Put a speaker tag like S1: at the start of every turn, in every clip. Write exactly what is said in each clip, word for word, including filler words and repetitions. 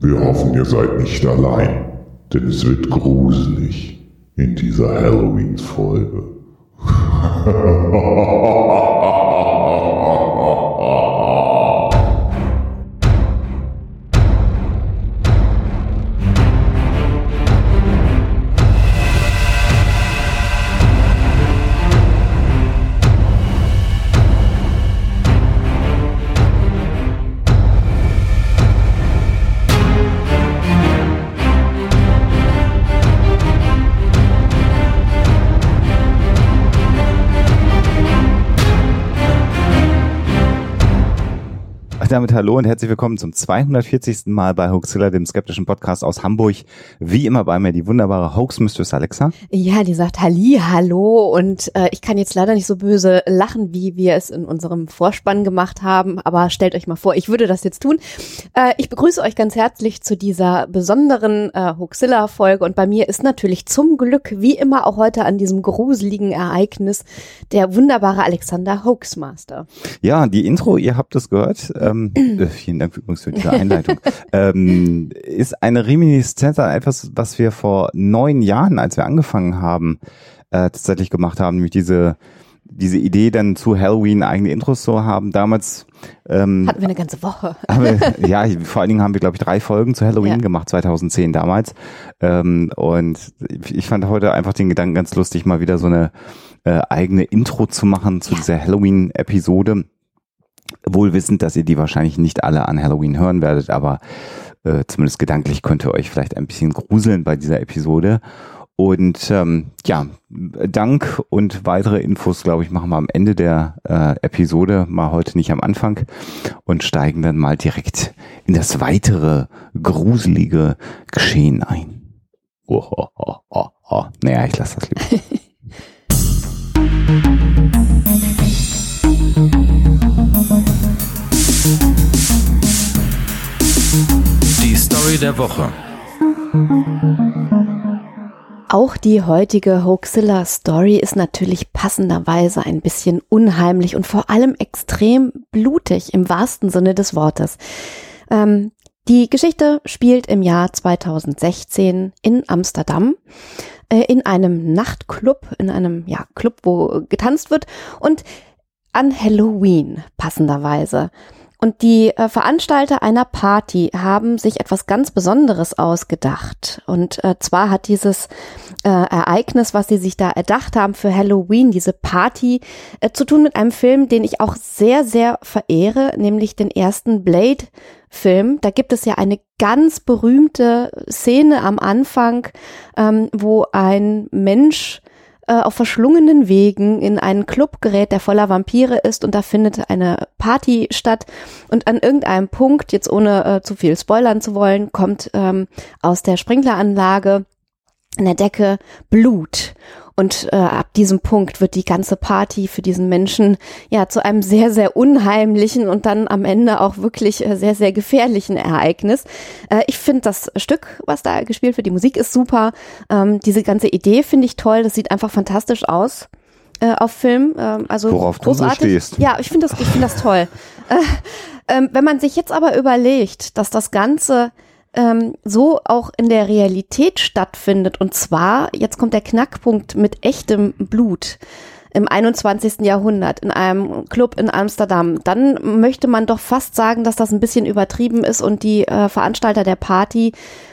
S1: Wir hoffen, ihr seid nicht allein, denn es wird gruselig in dieser Halloween-Folge.
S2: Damit hallo und herzlich willkommen zum zweihundertvierzigsten Mal bei Hoaxilla, dem skeptischen Podcast aus Hamburg. Wie immer bei mir die wunderbare Hoax-Mistress Alexa.
S3: Ja, die sagt Halli, hallo und äh, ich kann jetzt leider nicht so böse lachen, wie wir es in unserem Vorspann gemacht haben, aber stellt euch mal vor, ich würde das jetzt tun. Äh, ich begrüße euch ganz herzlich zu dieser besonderen äh, Hoaxilla-Folge und bei mir ist natürlich zum Glück, wie immer auch heute an diesem gruseligen Ereignis, der wunderbare Alexander Hoaxmaster.
S2: Ja, die Intro, ihr habt es gehört, ähm, äh, vielen Dank übrigens für diese Einleitung, ähm, ist eine Reminiszenz an etwas, was wir vor neun Jahren, als wir angefangen haben, äh, tatsächlich gemacht haben, nämlich diese diese Idee dann zu Halloween eigene Intros zu haben. Damals ähm,
S3: hatten wir eine ganze Woche.
S2: wir, ja, vor allen Dingen haben wir, glaube ich, drei Folgen zu Halloween ja. gemacht, zweitausendzehn damals. Ähm, und ich fand heute einfach den Gedanken ganz lustig, mal wieder so eine äh, eigene Intro zu machen zu ja. dieser Halloween-Episode. Wohl wissend, dass ihr die wahrscheinlich nicht alle an Halloween hören werdet, aber äh, zumindest gedanklich könnt ihr euch vielleicht ein bisschen gruseln bei dieser Episode. Und ähm, ja, Dank und weitere Infos, glaube ich, machen wir am Ende der äh, Episode, mal heute nicht am Anfang, und steigen dann mal direkt in das weitere gruselige Geschehen ein. Oh, oh, oh, oh, oh. Naja, ich lasse das lieber.
S4: Die Story der Woche.
S3: Auch die heutige Hoaxilla-Story ist natürlich passenderweise ein bisschen unheimlich und vor allem extrem blutig im wahrsten Sinne des Wortes. Ähm, die Geschichte spielt im Jahr zweitausendsechzehn in Amsterdam äh, in einem Nachtclub, in einem ja, Club, wo getanzt wird und an Halloween passenderweise. Und die äh, Veranstalter einer Party haben sich etwas ganz Besonderes ausgedacht. Und äh, zwar hat dieses äh, Ereignis, was sie sich da erdacht haben für Halloween, diese Party, äh, zu tun mit einem Film, den ich auch sehr, sehr verehre, nämlich den ersten Blade-Film. Da gibt es ja eine ganz berühmte Szene am Anfang, ähm, wo ein Mensch auf verschlungenen Wegen in einen Club gerät, der voller Vampire ist, und da findet eine Party statt und an irgendeinem Punkt, jetzt ohne äh, zu viel spoilern zu wollen, kommt ähm, aus der Sprinkleranlage in der Decke Blut. Und äh, ab diesem Punkt wird die ganze Party für diesen Menschen ja zu einem sehr, sehr unheimlichen und dann am Ende auch wirklich äh, sehr, sehr gefährlichen Ereignis. Äh, ich finde das Stück, was da gespielt wird, die Musik ist super. Ähm, diese ganze Idee finde ich toll. Das sieht einfach fantastisch aus äh, auf Film. Ähm, also
S2: Worauf
S3: großartig.
S2: Du so stehst.
S3: Ja, ich finde das, ich finde das toll. Äh, ähm, wenn man sich jetzt aber überlegt, dass das Ganze Ähm, so auch in der Realität stattfindet, und zwar, jetzt kommt der Knackpunkt, mit echtem Blut im einundzwanzigsten Jahrhundert in einem Club in Amsterdam, dann möchte man doch fast sagen, dass das ein bisschen übertrieben ist und die äh, Veranstalter der Party,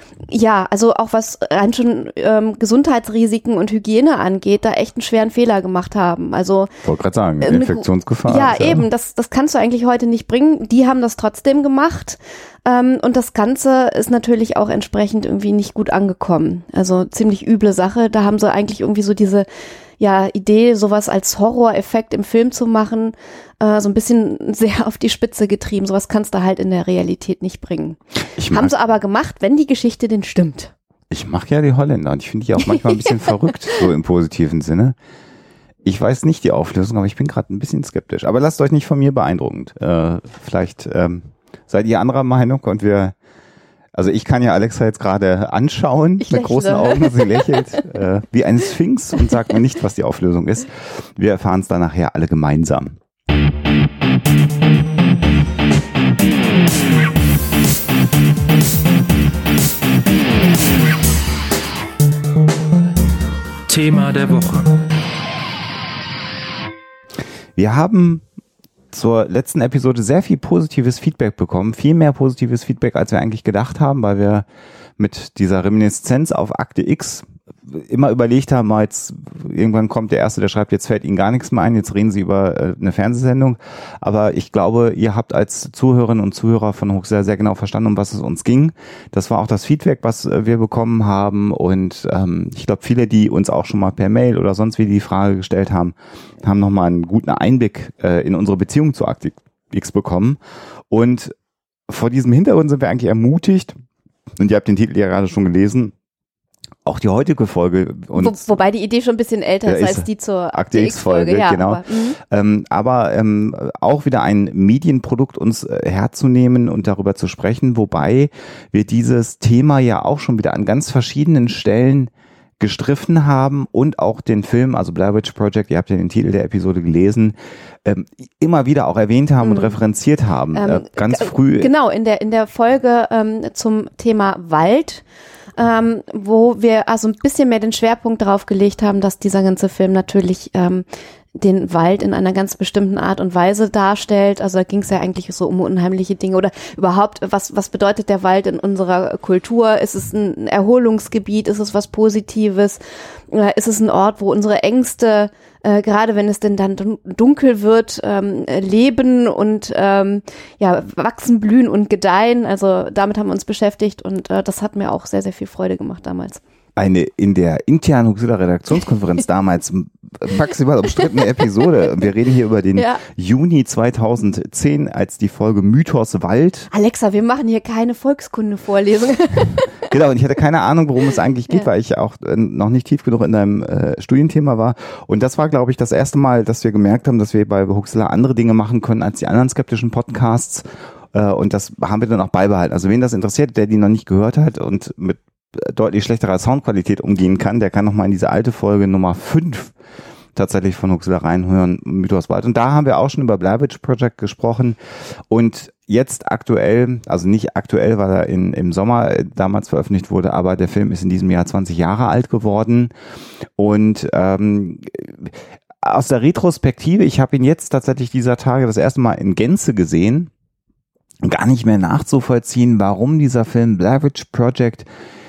S3: ja, also auch was rein schon ähm, Gesundheitsrisiken und Hygiene angeht, da echt einen schweren Fehler gemacht haben. Also
S2: ich wollte gerade sagen, Infektionsgefahr.
S3: Ja,
S2: ist ja
S3: eben, das, das kannst du eigentlich heute nicht bringen. Die haben das trotzdem gemacht. Ähm, und das Ganze ist natürlich auch entsprechend irgendwie nicht gut angekommen. Also ziemlich üble Sache. Da haben sie eigentlich irgendwie so diese ja Idee, sowas als Horroreffekt im Film zu machen, äh, so ein bisschen sehr auf die Spitze getrieben. Sowas kannst du halt in der Realität nicht bringen.
S2: Ich mag,
S3: haben sie aber gemacht, wenn die Geschichte denn stimmt.
S2: Ich mag ja die Holländer und ich finde die auch manchmal ein bisschen verrückt, so im positiven Sinne. Ich weiß nicht die Auflösung, aber ich bin gerade ein bisschen skeptisch. Aber lasst euch nicht von mir beeindrucken. Äh, vielleicht ähm, seid ihr anderer Meinung und wir, also ich kann ja Alexa jetzt gerade anschauen
S3: ich
S2: mit
S3: lächle.
S2: großen Augen, sie lächelt äh, wie ein Sphinx und sagt mir nicht, was die Auflösung ist. Wir erfahren es dann nachher alle gemeinsam.
S4: Thema der Woche.
S2: Wir haben zur letzten Episode sehr viel positives Feedback bekommen, viel mehr positives Feedback, als wir eigentlich gedacht haben, weil wir mit dieser Reminiszenz auf Akte X immer überlegt haben, mal jetzt irgendwann kommt der Erste, der schreibt, jetzt fällt Ihnen gar nichts mehr ein, jetzt reden Sie über äh, eine Fernsehsendung. Aber ich glaube, ihr habt als Zuhörerinnen und Zuhörer von Huxilla sehr genau verstanden, um was es uns ging. Das war auch das Feedback, was äh, wir bekommen haben. Und ähm, ich glaube, viele, die uns auch schon mal per Mail oder sonst wie die Frage gestellt haben, haben nochmal einen guten Einblick äh, in unsere Beziehung zu Akte X bekommen. Und vor diesem Hintergrund sind wir eigentlich ermutigt, und ihr habt den Titel ja gerade schon gelesen, auch die heutige Folge. Und
S3: Wo, wobei die Idee schon ein bisschen älter ist, ist als die zur
S2: Akte X-Folge, ja, genau. Aber, ähm, aber ähm, auch wieder ein Medienprodukt uns äh, herzunehmen und darüber zu sprechen, wobei wir dieses Thema ja auch schon wieder an ganz verschiedenen Stellen gestriffen haben und auch den Film, also Blair Witch Project, ihr habt ja den Titel der Episode gelesen, ähm, immer wieder auch erwähnt haben mhm. und referenziert haben, ähm, äh, ganz früh.
S3: Genau, in der in der Folge ähm, zum Thema Wald, ähm, wo wir also ein bisschen mehr den Schwerpunkt darauf gelegt haben, dass dieser ganze Film natürlich ähm, den Wald in einer ganz bestimmten Art und Weise darstellt. Also da ging es ja eigentlich so um unheimliche Dinge oder überhaupt, was was bedeutet der Wald in unserer Kultur? Ist es ein Erholungsgebiet? Ist es was Positives? Oder ist es ein Ort, wo unsere Ängste, äh, gerade wenn es denn dann dunkel wird, ähm, leben und ähm, ja wachsen, blühen und gedeihen? Also damit haben wir uns beschäftigt und äh, das hat mir auch sehr, sehr viel Freude gemacht damals.
S2: Eine in der internen Huxilla Redaktionskonferenz damals maximal umstrittene Episode. Und wir reden hier über den ja. Juni zweitausendzehn, als die Folge Mythos Wald.
S3: Alexa, wir machen hier keine Volkskunde-Vorlesung.
S2: Genau, und ich hatte keine Ahnung, worum es eigentlich geht, ja. weil ich auch äh, noch nicht tief genug in deinem äh, Studienthema war. Und das war, glaube ich, das erste Mal, dass wir gemerkt haben, dass wir bei Huxilla andere Dinge machen können als die anderen skeptischen Podcasts. Äh, und das haben wir dann auch beibehalten. Also wen das interessiert, der die noch nicht gehört hat und mit deutlich schlechterer Soundqualität umgehen kann, der kann nochmal in diese alte Folge Nummer fünf tatsächlich von Huxilla reinhören, Mythos Wald. Und da haben wir auch schon über Blair Witch Project gesprochen und jetzt aktuell, also nicht aktuell, weil er in, im Sommer damals veröffentlicht wurde, aber der Film ist in diesem Jahr zwanzig Jahre alt geworden und ähm, aus der Retrospektive, ich habe ihn jetzt tatsächlich dieser Tage das erste Mal in Gänze gesehen, gar nicht mehr nachzuvollziehen, warum dieser Film Blair Witch Project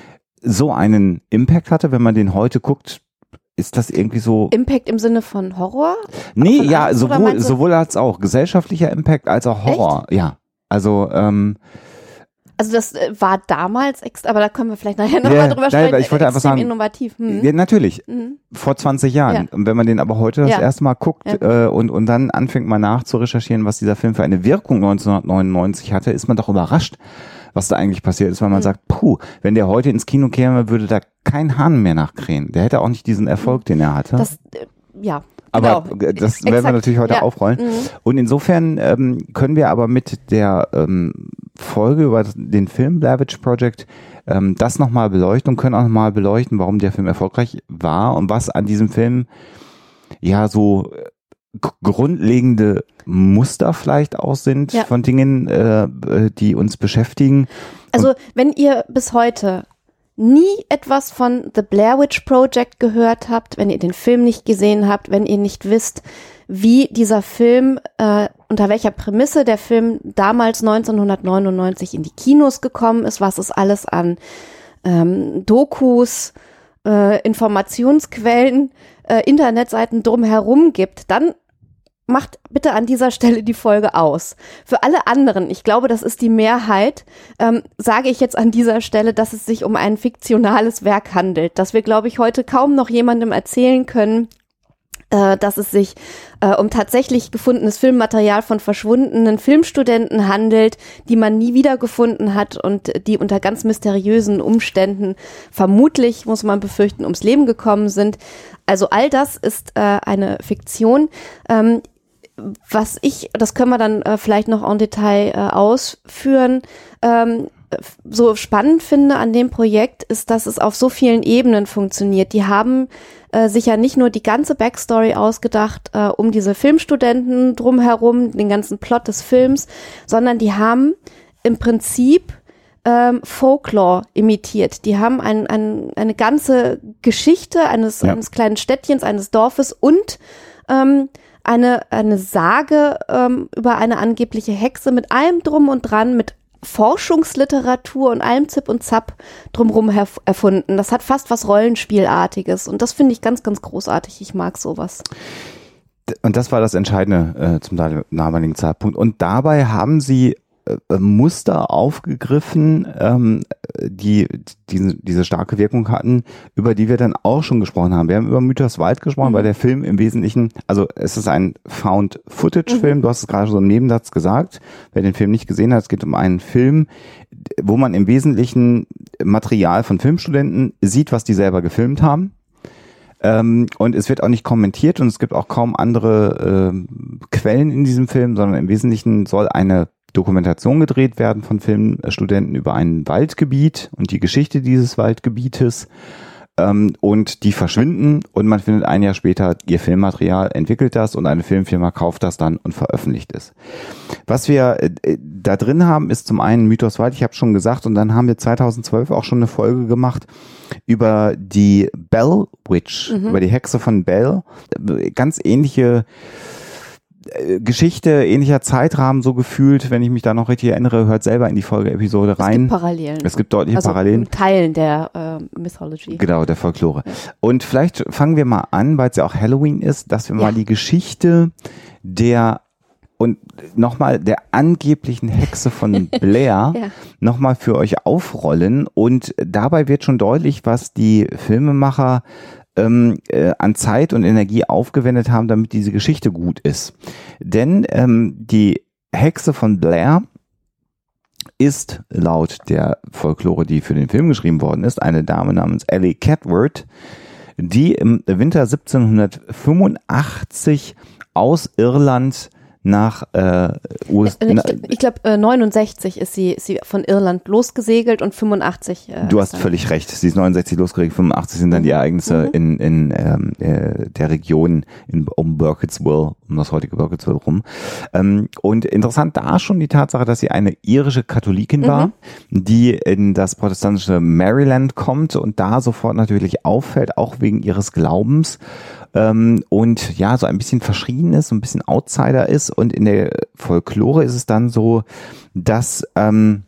S2: so einen Impact hatte, wenn man den heute guckt, ist das irgendwie so...
S3: Impact im Sinne von Horror?
S2: Nee, von ja, Angst, sowohl, sowohl als auch gesellschaftlicher Impact als auch Horror. Echt? Ja, also... Ähm,
S3: also das war damals, aber da können wir vielleicht nachher nochmal
S2: ja,
S3: drüber sprechen,
S2: ich wollte einfach sagen,
S3: innovativ. Hm.
S2: Ja, natürlich,
S3: mhm.
S2: vor zwanzig Jahren. Ja. Und wenn man den aber heute das ja. erste Mal guckt ja. äh, und, und dann anfängt mal nachzurecherchieren, was dieser Film für eine Wirkung neunzehnhundertneunundneunzig hatte, ist man doch überrascht, was da eigentlich passiert ist, weil man mhm. sagt, puh, wenn der heute ins Kino käme, würde da kein Hahn mehr nachkrähen. Der hätte auch nicht diesen Erfolg, den er hatte.
S3: Das, äh, ja.
S2: Aber
S3: genau.
S2: das werden wir natürlich heute ja. aufrollen. Mhm. Und insofern ähm, können wir aber mit der ähm, Folge über den Film Blair Witch Project ähm, das nochmal beleuchten und können auch nochmal beleuchten, warum der Film erfolgreich war und was an diesem Film ja so g- grundlegende Muster vielleicht auch sind ja. von Dingen, äh, die uns beschäftigen.
S3: Also wenn ihr bis heute nie etwas von The Blair Witch Project gehört habt, wenn ihr den Film nicht gesehen habt, wenn ihr nicht wisst, wie dieser Film, äh, unter welcher Prämisse der Film damals neunzehnhundertneunundneunzig in die Kinos gekommen ist, was es alles an ähm, Dokus, äh, Informationsquellen, äh, Internetseiten drumherum gibt, dann macht bitte an dieser Stelle die Folge aus. Für alle anderen, ich glaube, das ist die Mehrheit, ähm, sage ich jetzt an dieser Stelle, dass es sich um ein fiktionales Werk handelt, dass wir, glaube ich, heute kaum noch jemandem erzählen können, äh, dass es sich äh, um tatsächlich gefundenes Filmmaterial von verschwundenen Filmstudenten handelt, die man nie wiedergefunden hat und die unter ganz mysteriösen Umständen vermutlich, muss man befürchten, ums Leben gekommen sind. Also all das ist äh, eine Fiktion. Ähm, Was ich, das können wir dann äh, vielleicht noch en Detail äh, ausführen, ähm, so spannend finde an dem Projekt ist, dass es auf so vielen Ebenen funktioniert. Die haben äh, sich ja nicht nur die ganze Backstory ausgedacht, äh, um diese Filmstudenten drumherum, den ganzen Plot des Films, sondern die haben im Prinzip ähm, Folklore imitiert. Die haben ein, ein, eine ganze Geschichte eines, ja. eines kleinen Städtchens, eines Dorfes und ähm, eine, eine Sage ähm, über eine angebliche Hexe mit allem drum und dran, mit Forschungsliteratur und allem Zip und Zap drumherum herf- erfunden. Das hat fast was Rollenspielartiges und das finde ich ganz, ganz großartig. Ich mag sowas.
S2: Und das war das Entscheidende äh, zum damaligen Zeitpunkt. Und dabei haben sie äh, Muster aufgegriffen, ähm, die diese, diese starke Wirkung hatten, über die wir dann auch schon gesprochen haben. Wir haben über Mythos Wald gesprochen, mhm. weil der Film im Wesentlichen, also es ist ein Found-Footage-Film, mhm. du hast es gerade so im Nebensatz gesagt, wer den Film nicht gesehen hat, es geht um einen Film, wo man im Wesentlichen Material von Filmstudenten sieht, was die selber gefilmt haben. Ähm, und es wird auch nicht kommentiert und es gibt auch kaum andere äh, Quellen in diesem Film, sondern im Wesentlichen soll eine Dokumentation gedreht werden von Filmstudenten über ein Waldgebiet und die Geschichte dieses Waldgebietes. Ähm, und die verschwinden und man findet ein Jahr später ihr Filmmaterial, entwickelt das und eine Filmfirma kauft das dann und veröffentlicht es. Was wir äh, da drin haben, ist zum einen Mythos Wald, ich habe schon gesagt, und dann haben wir zweitausendzwölf auch schon eine Folge gemacht über die Bell Witch, mhm. über die Hexe von Bell. Ganz ähnliche Geschichte, ähnlicher Zeitrahmen so gefühlt, wenn ich mich da noch richtig erinnere, hört selber in die Folge-Episode rein. Es gibt
S3: Parallelen.
S2: Es gibt deutliche
S3: also
S2: Parallelen.
S3: In Teilen der äh, Mythology.
S2: Genau, der Folklore. Ja. Und vielleicht fangen wir mal an, weil es ja auch Halloween ist, dass wir ja. mal die Geschichte der und nochmal der angeblichen Hexe von Blair ja. nochmal für euch aufrollen. Und dabei wird schon deutlich, was die Filmemacher Ähm, äh, an Zeit und Energie aufgewendet haben, damit diese Geschichte gut ist. Denn ähm, die Hexe von Blair ist laut der Folklore, die für den Film geschrieben worden ist, eine Dame namens Ellie Catworth, die im Winter siebzehnhundertfünfundachtzig aus Irland nach äh, U S A.
S3: Ich, ich glaube äh, neunundsechzig ist sie, ist sie von Irland losgesegelt und fünfundachtzig. Äh,
S2: du hast völlig recht. Sie ist neunundsechzig losgesegelt, fünfundachtzig sind dann die Ereignisse mhm. in in ähm, äh, der Region in, um Burkittsville, um das heutige Burkittsville rum. Ähm, und interessant da schon die Tatsache, dass sie eine irische Katholikin mhm. war, die in das protestantische Maryland kommt und da sofort natürlich auffällt, auch wegen ihres Glaubens. Ähm, und ja, so ein bisschen verschrien ist, so ein bisschen Outsider ist. Und in der Folklore ist es dann so, dass ähm,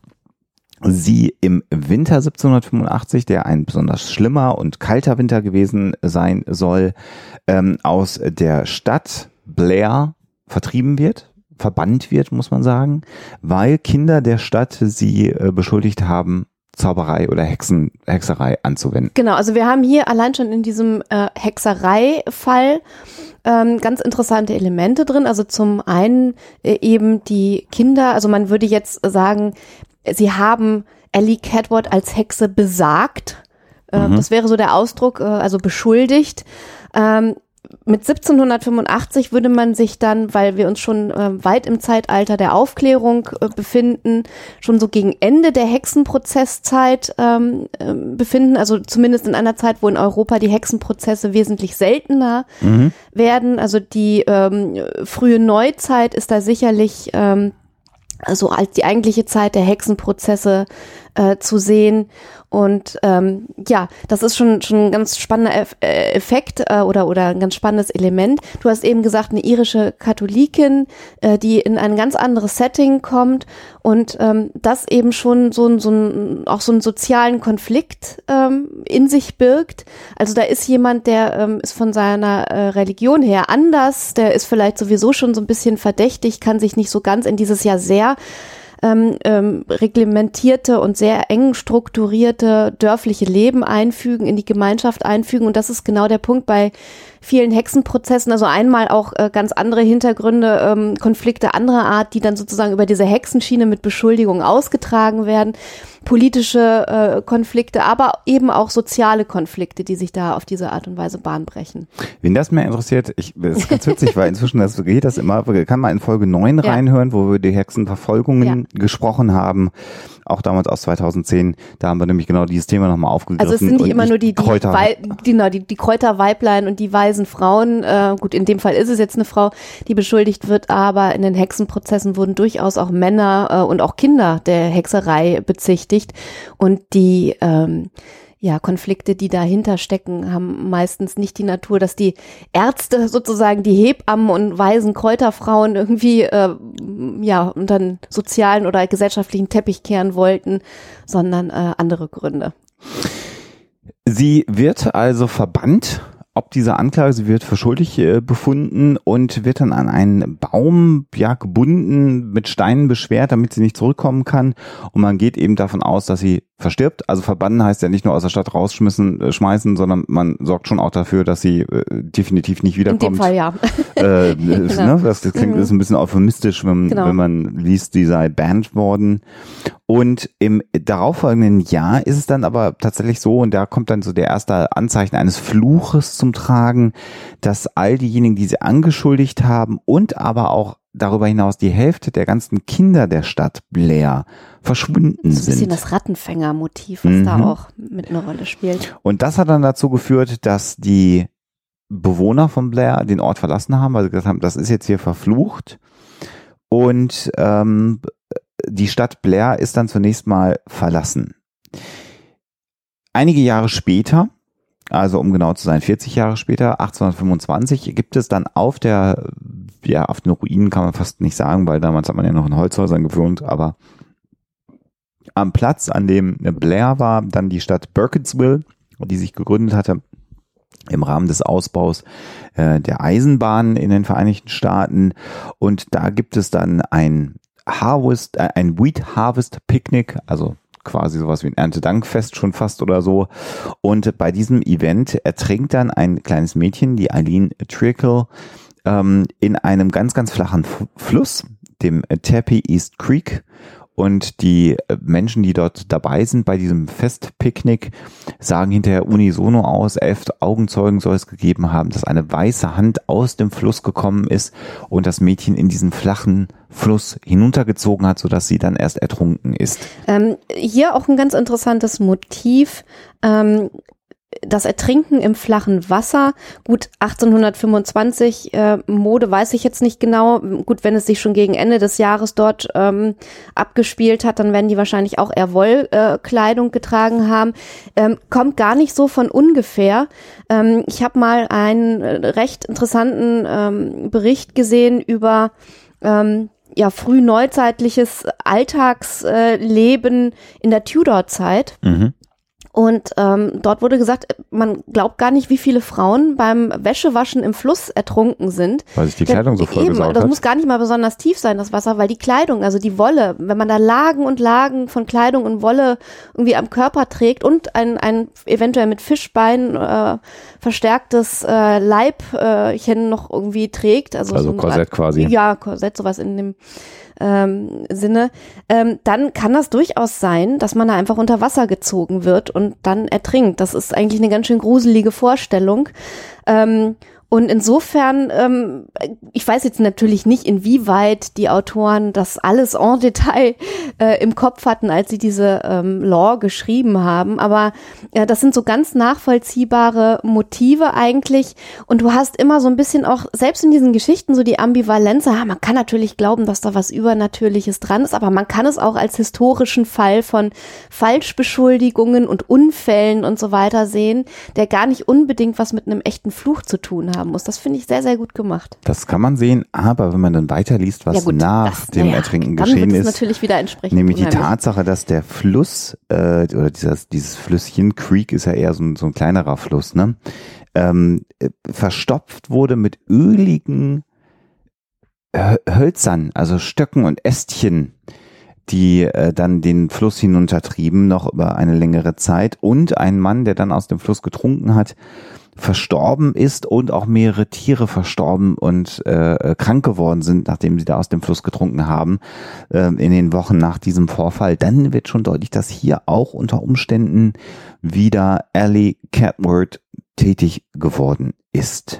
S2: sie im Winter siebzehnhundertfünfundachtzig, der ein besonders schlimmer und kalter Winter gewesen sein soll, ähm, aus der Stadt Blair vertrieben wird, verbannt wird, muss man sagen, weil Kinder der Stadt sie äh, beschuldigt haben, Zauberei oder Hexen, Hexerei anzuwenden.
S3: Genau, also wir haben hier allein schon in diesem äh, Hexerei-Fall ähm, ganz interessante Elemente drin. Also zum einen äh, eben die Kinder, also man würde jetzt sagen, sie haben Ellie Catworth als Hexe besagt. Äh, mhm. Das wäre so der Ausdruck, äh, also beschuldigt. Ähm, Mit siebzehnhundertfünfundachtzig würde man sich dann, weil wir uns schon äh, weit im Zeitalter der Aufklärung äh, befinden, schon so gegen Ende der Hexenprozesszeit ähm, äh, befinden, also zumindest in einer Zeit, wo in Europa die Hexenprozesse wesentlich seltener mhm. werden. Also die ähm, frühe Neuzeit ist da sicherlich ähm, also als die eigentliche Zeit der Hexenprozesse äh, zu sehen. Und ähm, ja, das ist schon schon ein ganz spannender Eff- Effekt äh, oder oder ein ganz spannendes Element. Du hast eben gesagt, eine irische Katholikin, äh, die in ein ganz anderes Setting kommt und ähm, das eben schon so ein so ein auch so einen sozialen Konflikt ähm, in sich birgt. Also da ist jemand, der ähm, ist von seiner äh, Religion her anders, der ist vielleicht sowieso schon so ein bisschen verdächtig, kann sich nicht so ganz in dieses ja sehr Ähm, ähm, reglementierte und sehr eng strukturierte dörfliche Leben einfügen, in die Gemeinschaft einfügen. Und das ist genau der Punkt bei vielen Hexenprozessen. Also einmal auch äh, ganz andere Hintergründe, ähm, Konflikte anderer Art, die dann sozusagen über diese Hexenschiene mit Beschuldigungen ausgetragen werden. politische äh, Konflikte, aber eben auch soziale Konflikte, die sich da auf diese Art und Weise Bahn brechen.
S2: Wen das mehr interessiert, ich, das ist ganz witzig, weil inzwischen das geht das immer, kann man in Folge neun ja. reinhören, wo wir die Hexenverfolgungen ja. gesprochen haben. Auch damals aus zweitausendzehn, da haben wir nämlich genau dieses Thema nochmal aufgegriffen.
S3: Also es sind nicht immer nur die, die,
S2: Kräuter.
S3: Wei- genau, die, die Kräuterweiblein und die weisen Frauen, äh, gut, in dem Fall ist es jetzt eine Frau, die beschuldigt wird, aber in den Hexenprozessen wurden durchaus auch Männer äh, und auch Kinder der Hexerei bezichtigt und die ähm, ja, Konflikte, die dahinter stecken, haben meistens nicht die Natur, dass die Ärzte sozusagen die Hebammen und weisen Kräuterfrauen irgendwie äh, ja unter einen sozialen oder gesellschaftlichen Teppich kehren wollten, sondern äh, andere Gründe.
S2: Sie wird also verbannt, ob dieser Anklage, sie wird für schuldig äh, befunden und wird dann an einen Baum ja gebunden, mit Steinen beschwert, damit sie nicht zurückkommen kann. Und man geht eben davon aus, dass sie verstirbt. Also verbannen heißt ja nicht nur aus der Stadt rausschmissen, äh, schmeißen, sondern man sorgt schon auch dafür, dass sie äh, definitiv nicht wiederkommt. In
S3: dem Fall ja.
S2: Äh, genau. ne, das, das klingt mhm. ist ein bisschen euphemistisch, wenn, genau. wenn man liest, die sei banned worden. Und im darauffolgenden Jahr ist es dann aber tatsächlich so, und da kommt dann so der erste Anzeichen eines Fluches zum Tragen, dass all diejenigen, die sie angeschuldigt haben und aber auch darüber hinaus die Hälfte der ganzen Kinder der Stadt Blair verschwunden sind. Das ist ein bisschen
S3: das Rattenfänger-Motiv, was mhm. da auch mit einer Rolle spielt.
S2: Und das hat dann dazu geführt, dass die Bewohner von Blair den Ort verlassen haben, weil sie gesagt haben, das ist jetzt hier verflucht. Und ähm, die Stadt Blair ist dann zunächst mal verlassen. Einige Jahre später, also um genau zu sein, vierzig Jahre später, achtzehnhundertfünfundzwanzig, gibt es dann auf der, ja, auf den Ruinen kann man fast nicht sagen, weil damals hat man ja noch in Holzhäusern gewohnt, aber am Platz, an dem Blair war, dann die Stadt Burkittsville, die sich gegründet hatte im Rahmen des Ausbaus äh, der Eisenbahn in den Vereinigten Staaten. Und da gibt es dann ein Harvest, äh, ein Wheat Harvest Picnic, also quasi sowas wie ein Erntedankfest schon fast oder so. Und bei diesem Event ertrinkt dann ein kleines Mädchen, die Eileen Trickle, ähm, in einem ganz, ganz flachen F- Fluss, dem Tappy East Creek. Und die Menschen, die dort dabei sind bei diesem Festpicknick, sagen hinterher unisono aus, elf Augenzeugen soll es gegeben haben, dass eine weiße Hand aus dem Fluss gekommen ist und das Mädchen in diesen flachen Fluss hinuntergezogen hat, sodass sie dann erst ertrunken ist.
S3: Ähm, hier auch ein ganz interessantes Motiv. Ähm, Das Ertrinken im flachen Wasser, gut, achtzehnhundertfünfundzwanzig, äh, Mode weiß ich jetzt nicht genau, gut, wenn es sich schon gegen Ende des Jahres dort ähm, abgespielt hat, dann werden die wahrscheinlich auch eher Wollkleidung äh, getragen haben, ähm, kommt gar nicht so von ungefähr. Ähm, ich habe mal einen recht interessanten ähm, Bericht gesehen über ähm, ja frühneuzeitliches Alltagsleben äh, in der Tudor-Zeit. Mhm. Und ähm, dort wurde gesagt, man glaubt gar nicht, wie viele Frauen beim Wäschewaschen im Fluss ertrunken sind.
S2: Weil sich die Kleidung so voll gesaugt hat.
S3: Das muss gar nicht mal besonders tief sein, das Wasser, weil die Kleidung, also die Wolle, wenn man da Lagen und Lagen von Kleidung und Wolle irgendwie am Körper trägt und ein, ein eventuell mit Fischbein äh, verstärktes äh, Leibchen noch irgendwie trägt. Also,
S2: also
S3: so ein
S2: Korsett quasi.
S3: Ja, Korsett, sowas in dem Ähm, Sinne, ähm, dann kann das durchaus sein, dass man da einfach unter Wasser gezogen wird und dann ertrinkt. Das ist eigentlich eine ganz schön gruselige Vorstellung. Ähm, und insofern, ähm, ich weiß jetzt natürlich nicht, inwieweit die Autoren das alles en Detail äh, im Kopf hatten, als sie diese ähm, Lore geschrieben haben, aber ja, das sind so ganz nachvollziehbare Motive eigentlich und du hast immer so ein bisschen auch, selbst in diesen Geschichten, so die Ambivalenz, ja, man kann natürlich glauben, dass da was Übernatürliches dran ist, aber man kann es auch als historischen Fall von Falschbeschuldigungen und Unfällen und so weiter sehen, der gar nicht unbedingt was mit einem echten Fluch zu tun hat. Muss. Das finde ich sehr, sehr gut gemacht.
S2: Das kann man sehen, aber wenn man dann weiterliest, was ja gut, nach das, dem ja, Ertrinken geschehen ist,
S3: natürlich wieder entsprechend
S2: nämlich unheimlich. Die Tatsache, dass der Fluss, äh, oder dieses, dieses Flüsschen, Creek ist ja eher so ein, so ein kleinerer Fluss, ne, ähm, verstopft wurde mit öligen Hölzern, also Stöcken und Ästchen, die äh, dann den Fluss hinuntertrieben, noch über eine längere Zeit. Und ein Mann, der dann aus dem Fluss getrunken hat, verstorben ist und auch mehrere Tiere verstorben und äh, krank geworden sind, nachdem sie da aus dem Fluss getrunken haben, äh, in den Wochen nach diesem Vorfall. Dann wird schon deutlich, dass hier auch unter Umständen wieder Ellie Catward tätig geworden ist.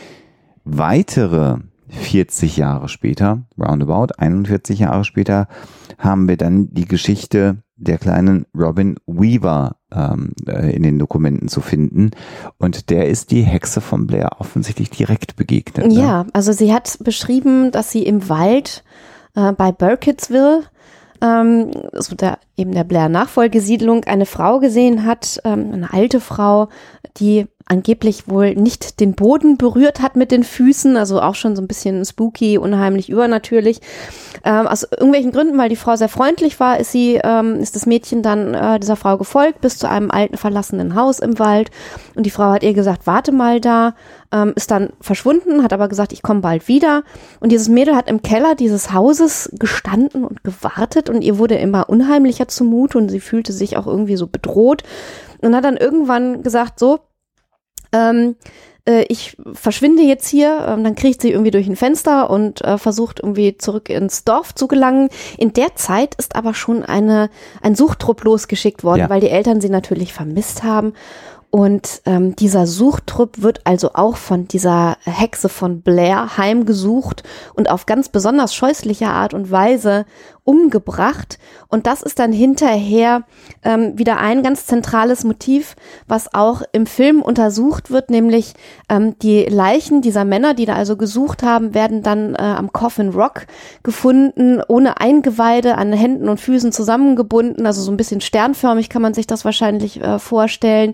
S2: Weitere vierzig Jahre später, roundabout einundvierzig Jahre später, haben wir dann die Geschichte der kleinen Robin Weaver ähm, in den Dokumenten zu finden. Und der ist die Hexe von Blair offensichtlich direkt begegnet. Ne?
S3: Ja, also sie hat beschrieben, dass sie im Wald äh, bei Burkittsville, ähm, also der, eben der Blair-Nachfolgesiedlung, eine Frau gesehen hat, ähm, eine alte Frau, die angeblich wohl nicht den Boden berührt hat mit den Füßen, also auch schon so ein bisschen spooky, unheimlich, übernatürlich. Ähm, aus irgendwelchen Gründen, weil die Frau sehr freundlich war, ist sie, ähm, ist das Mädchen dann äh, dieser Frau gefolgt bis zu einem alten verlassenen Haus im Wald. Und die Frau hat ihr gesagt, warte mal da, ähm, ist dann verschwunden, hat aber gesagt, ich komme bald wieder. Und dieses Mädel hat im Keller dieses Hauses gestanden und gewartet und ihr wurde immer unheimlicher zumute und sie fühlte sich auch irgendwie so bedroht und hat dann irgendwann gesagt, so, Ähm, äh, ich verschwinde jetzt hier, ähm, dann kriecht sie irgendwie durch ein Fenster und äh, versucht irgendwie zurück ins Dorf zu gelangen. In der Zeit ist aber schon eine ein Suchtrupp losgeschickt worden, ja. weil die Eltern sie natürlich vermisst haben. Und ähm, dieser Suchtrupp wird also auch von dieser Hexe von Blair heimgesucht und auf ganz besonders scheußliche Art und Weise umgebracht. Und das ist dann hinterher ähm, wieder ein ganz zentrales Motiv, was auch im Film untersucht wird, nämlich ähm, die Leichen dieser Männer, die da also gesucht haben, werden dann äh, am Coffin Rock gefunden, ohne Eingeweide, an Händen und Füßen zusammengebunden, also so ein bisschen sternförmig kann man sich das wahrscheinlich äh, vorstellen.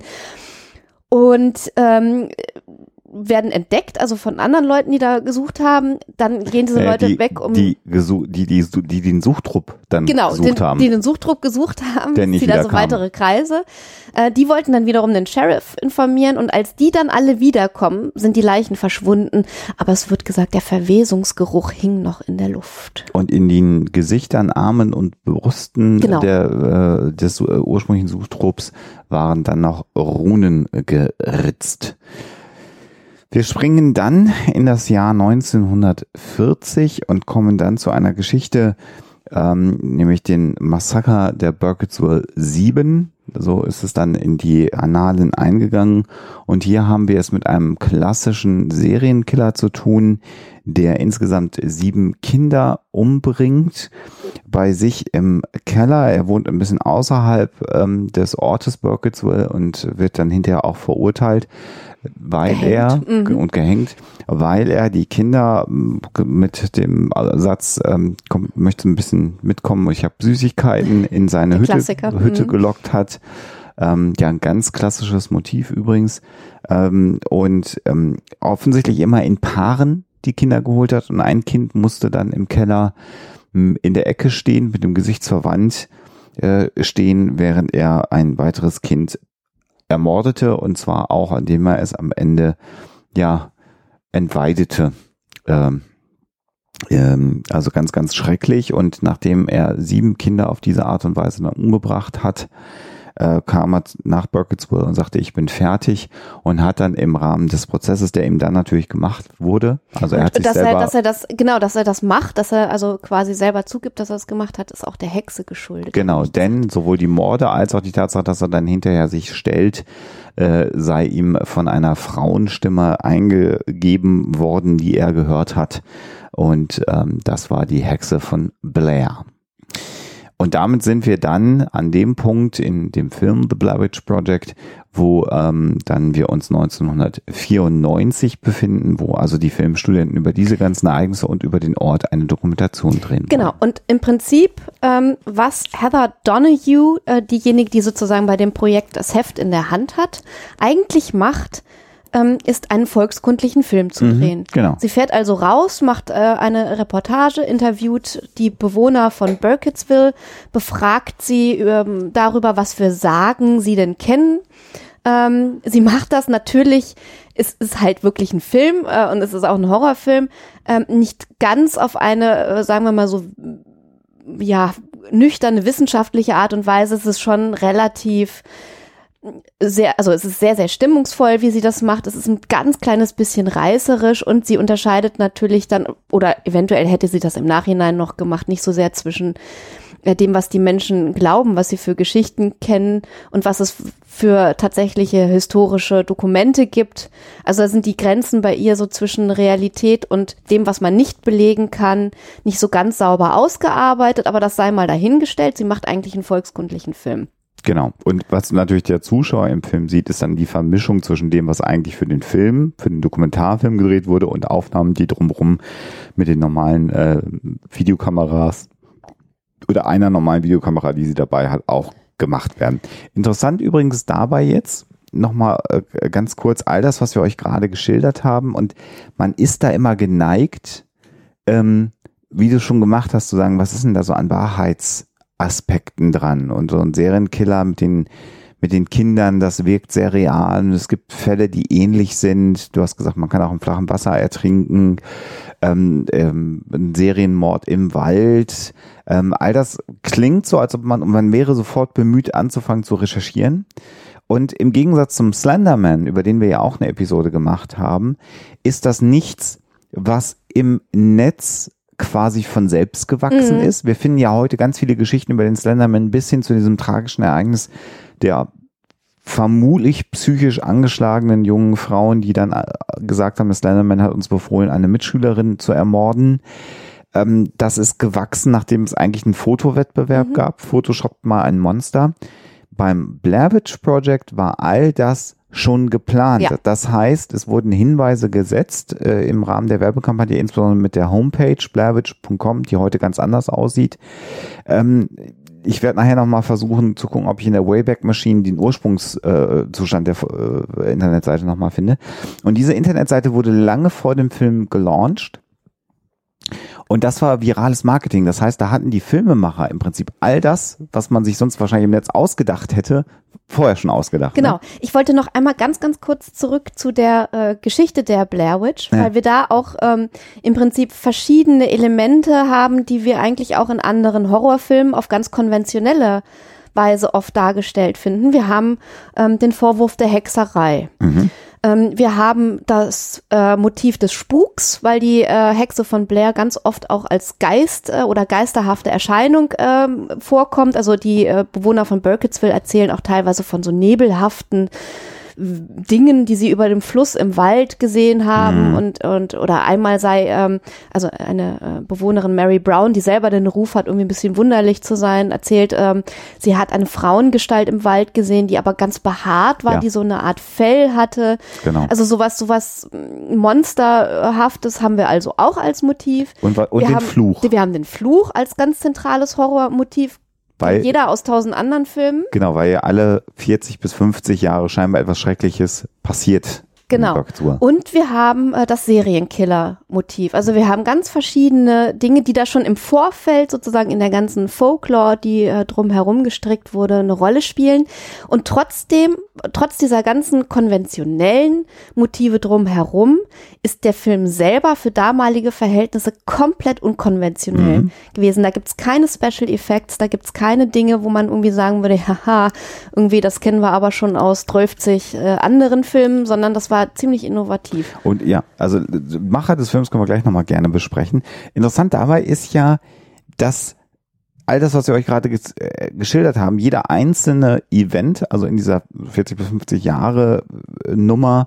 S3: Und ähm, werden entdeckt, also von anderen Leuten, die da gesucht haben. Dann gehen diese
S2: äh,
S3: Leute
S2: die,
S3: weg, um
S2: die, gesuch, die, die, die, die den Suchtrupp dann
S3: genau,
S2: gesucht
S3: den,
S2: haben.
S3: die den Suchtrupp gesucht haben.
S2: Der nicht
S3: wieder so
S2: wiederkam.
S3: weitere Kreise. Äh, die wollten dann wiederum den Sheriff informieren und als die dann alle wiederkommen, sind die Leichen verschwunden. Aber es wird gesagt, der Verwesungsgeruch hing noch in der Luft.
S2: Und in den Gesichtern, Armen und Brüsten
S3: genau.
S2: der, äh, des äh, ursprünglichen Suchtrupps waren dann noch Runen geritzt. Wir springen dann in das Jahr neunzehnhundertvierzig und kommen dann zu einer Geschichte, ähm, nämlich den Massaker der Burkittsville sieben. So ist es dann in die Annalen eingegangen. Und hier haben wir es mit einem klassischen Serienkiller zu tun, der insgesamt sieben Kinder umbringt bei sich im Keller. Er wohnt ein bisschen außerhalb ähm, des Ortes Burkittsville und wird dann hinterher auch verurteilt, weil
S3: gehängt.
S2: er
S3: Mhm.
S2: und gehängt, weil er die Kinder mit dem Satz, ähm, komm, möchte ein bisschen mitkommen, ich habe Süßigkeiten in seine Hütte, Hütte
S3: mhm.
S2: gelockt hat. Ähm, ja, ein ganz klassisches Motiv übrigens. Ähm, und ähm, offensichtlich immer in Paaren die Kinder geholt hat und ein Kind musste dann im Keller m, in der Ecke stehen, mit dem Gesicht zur Wand äh, stehen, während er ein weiteres Kind ermordete, und zwar auch, indem er es am Ende ja entweidete. Ähm, ähm, also ganz, ganz schrecklich. Und nachdem er sieben Kinder auf diese Art und Weise dann umgebracht hat, äh, kam er nach Burkittsville und sagte, ich bin fertig, und hat dann im Rahmen des Prozesses, der ihm dann natürlich gemacht wurde, also er hat sich
S3: dass
S2: selber...
S3: Er, dass er das, genau, dass er das macht, dass er also quasi selber zugibt, dass er es gemacht hat, ist auch der Hexe geschuldet.
S2: Genau, denn sowohl die Morde als auch die Tatsache, dass er dann hinterher sich stellt, äh, sei ihm von einer Frauenstimme eingegeben worden, die er gehört hat. Und ähm, das war die Hexe von Blair. Und damit sind wir dann an dem Punkt in dem Film The Blair Witch Project, wo ähm, dann wir uns neunzehnhundertvierundneunzig befinden, wo also die Filmstudenten über diese ganzen Ereignisse und über den Ort eine Dokumentation drehen.
S3: Genau,
S2: wollen.
S3: und im Prinzip, ähm, was Heather Donahue, äh, diejenige, die sozusagen bei dem Projekt das Heft in der Hand hat, eigentlich macht, ähm, ist einen volkskundlichen Film zu
S2: Mhm,
S3: drehen.
S2: genau.
S3: Sie fährt also raus, macht äh, eine Reportage, interviewt die Bewohner von Burkittsville, befragt sie ähm, darüber, was für Sagen sie denn kennen. Ähm, sie macht das natürlich, es ist halt wirklich ein Film äh, und es ist auch ein Horrorfilm, ähm, nicht ganz auf eine, äh, sagen wir mal so, ja, nüchterne wissenschaftliche Art und Weise. Es ist schon relativ sehr, also es ist sehr, sehr stimmungsvoll, wie sie das macht. Es ist ein ganz kleines bisschen reißerisch und sie unterscheidet natürlich dann, oder eventuell hätte sie das im Nachhinein noch gemacht, nicht so sehr zwischen dem, was die Menschen glauben, was sie für Geschichten kennen und was es für tatsächliche historische Dokumente gibt. Also da sind die Grenzen bei ihr so zwischen Realität und dem, was man nicht belegen kann, nicht so ganz sauber ausgearbeitet, aber das sei mal dahingestellt. Sie macht eigentlich einen volkskundlichen Film.
S2: Genau. Und was natürlich der Zuschauer im Film sieht, ist dann die Vermischung zwischen dem, was eigentlich für den Film, für den Dokumentarfilm gedreht wurde und Aufnahmen, die drumherum mit den normalen äh, Videokameras oder einer normalen Videokamera, die sie dabei hat, auch gemacht werden. Interessant übrigens dabei jetzt nochmal äh, ganz kurz all das, was wir euch gerade geschildert haben, und man ist da immer geneigt, ähm, wie du schon gemacht hast, zu sagen, was ist denn da so an Wahrheitsaspekten dran, und so ein Serienkiller mit den mit den Kindern, das wirkt sehr real, und es gibt Fälle, die ähnlich sind. Du hast gesagt, man kann auch im flachen Wasser ertrinken, ähm, ähm, ein Serienmord im Wald. Ähm, all das klingt so, als ob man, man wäre sofort bemüht, anzufangen zu recherchieren. Und im Gegensatz zum Slenderman, über den wir ja auch eine Episode gemacht haben, ist das nichts, was im Netz quasi von selbst gewachsen mhm. ist. Wir finden ja heute ganz viele Geschichten über den Slenderman bis hin zu diesem tragischen Ereignis der vermutlich psychisch angeschlagenen jungen Frauen, die dann gesagt haben, der Slenderman hat uns befohlen, eine Mitschülerin zu ermorden. Ähm, das ist gewachsen, nachdem es eigentlich einen Fotowettbewerb mhm. gab. Photoshoppt mal ein Monster. Beim Blair Witch Project war all das schon geplant. Ja. Das heißt, es wurden Hinweise gesetzt äh, im Rahmen der Werbekampagne, insbesondere mit der Homepage blair witch punkt com, die heute ganz anders aussieht. Ähm, ich werde nachher nochmal versuchen zu gucken, ob ich in der Wayback Machine den Ursprungszustand äh, der äh, Internetseite nochmal finde. Und diese Internetseite wurde lange vor dem Film gelauncht. Und das war virales Marketing. Das heißt, da hatten die Filmemacher im Prinzip all das, was man sich sonst wahrscheinlich im Netz ausgedacht hätte, vorher schon ausgedacht.
S3: Genau.
S2: Ne?
S3: Ich wollte noch einmal ganz, ganz kurz zurück zu der äh, Geschichte der Blair Witch, ja. weil wir da auch ähm, im Prinzip verschiedene Elemente haben, die wir eigentlich auch in anderen Horrorfilmen auf ganz konventionelle Weise oft dargestellt finden. Wir haben ähm, den Vorwurf der Hexerei. Mhm. Ähm, wir haben das äh, Motiv des Spuks, weil die äh, Hexe von Blair ganz oft auch als Geist äh, oder geisterhafte Erscheinung äh, vorkommt. Also die äh, Bewohner von Burkittsville erzählen auch teilweise von so nebelhaften Dingen, die sie über dem Fluss im Wald gesehen haben mhm. und und oder einmal sei ähm, also eine äh, Bewohnerin Mary Brown, die selber den Ruf hat, irgendwie ein bisschen wunderlich zu sein, erzählt, ähm, sie hat eine Frauengestalt im Wald gesehen, die aber ganz behaart war, ja. die so eine Art Fell hatte. Genau. Also sowas sowas Monsterhaftes haben wir also auch als Motiv.
S2: Und, und
S3: wir
S2: den
S3: haben,
S2: Fluch.
S3: Wir haben den Fluch als ganz zentrales Horrormotiv. Weil, jeder aus tausend anderen Filmen.
S2: Genau, weil ja alle vierzig bis fünfzig Jahre scheinbar etwas Schreckliches passiert.
S3: Genau. Und wir haben äh, das Serienkiller-Motiv. Also wir haben ganz verschiedene Dinge, die da schon im Vorfeld sozusagen in der ganzen Folklore, die äh, drumherum gestrickt wurde, eine Rolle spielen. Und trotzdem, trotz dieser ganzen konventionellen Motive drumherum, ist der Film selber für damalige Verhältnisse komplett unkonventionell mhm. gewesen. Da gibt's keine Special Effects, da gibt's keine Dinge, wo man irgendwie sagen würde, haha, irgendwie das kennen wir aber schon aus dreißig äh, anderen Filmen, sondern das war ziemlich innovativ.
S2: Und ja, also Macher des Films können wir gleich nochmal gerne besprechen. Interessant dabei ist ja, dass all das, was wir euch gerade ges- äh, geschildert haben, jeder einzelne Event, also in dieser vierzig bis fünfzig Jahre äh, Nummer,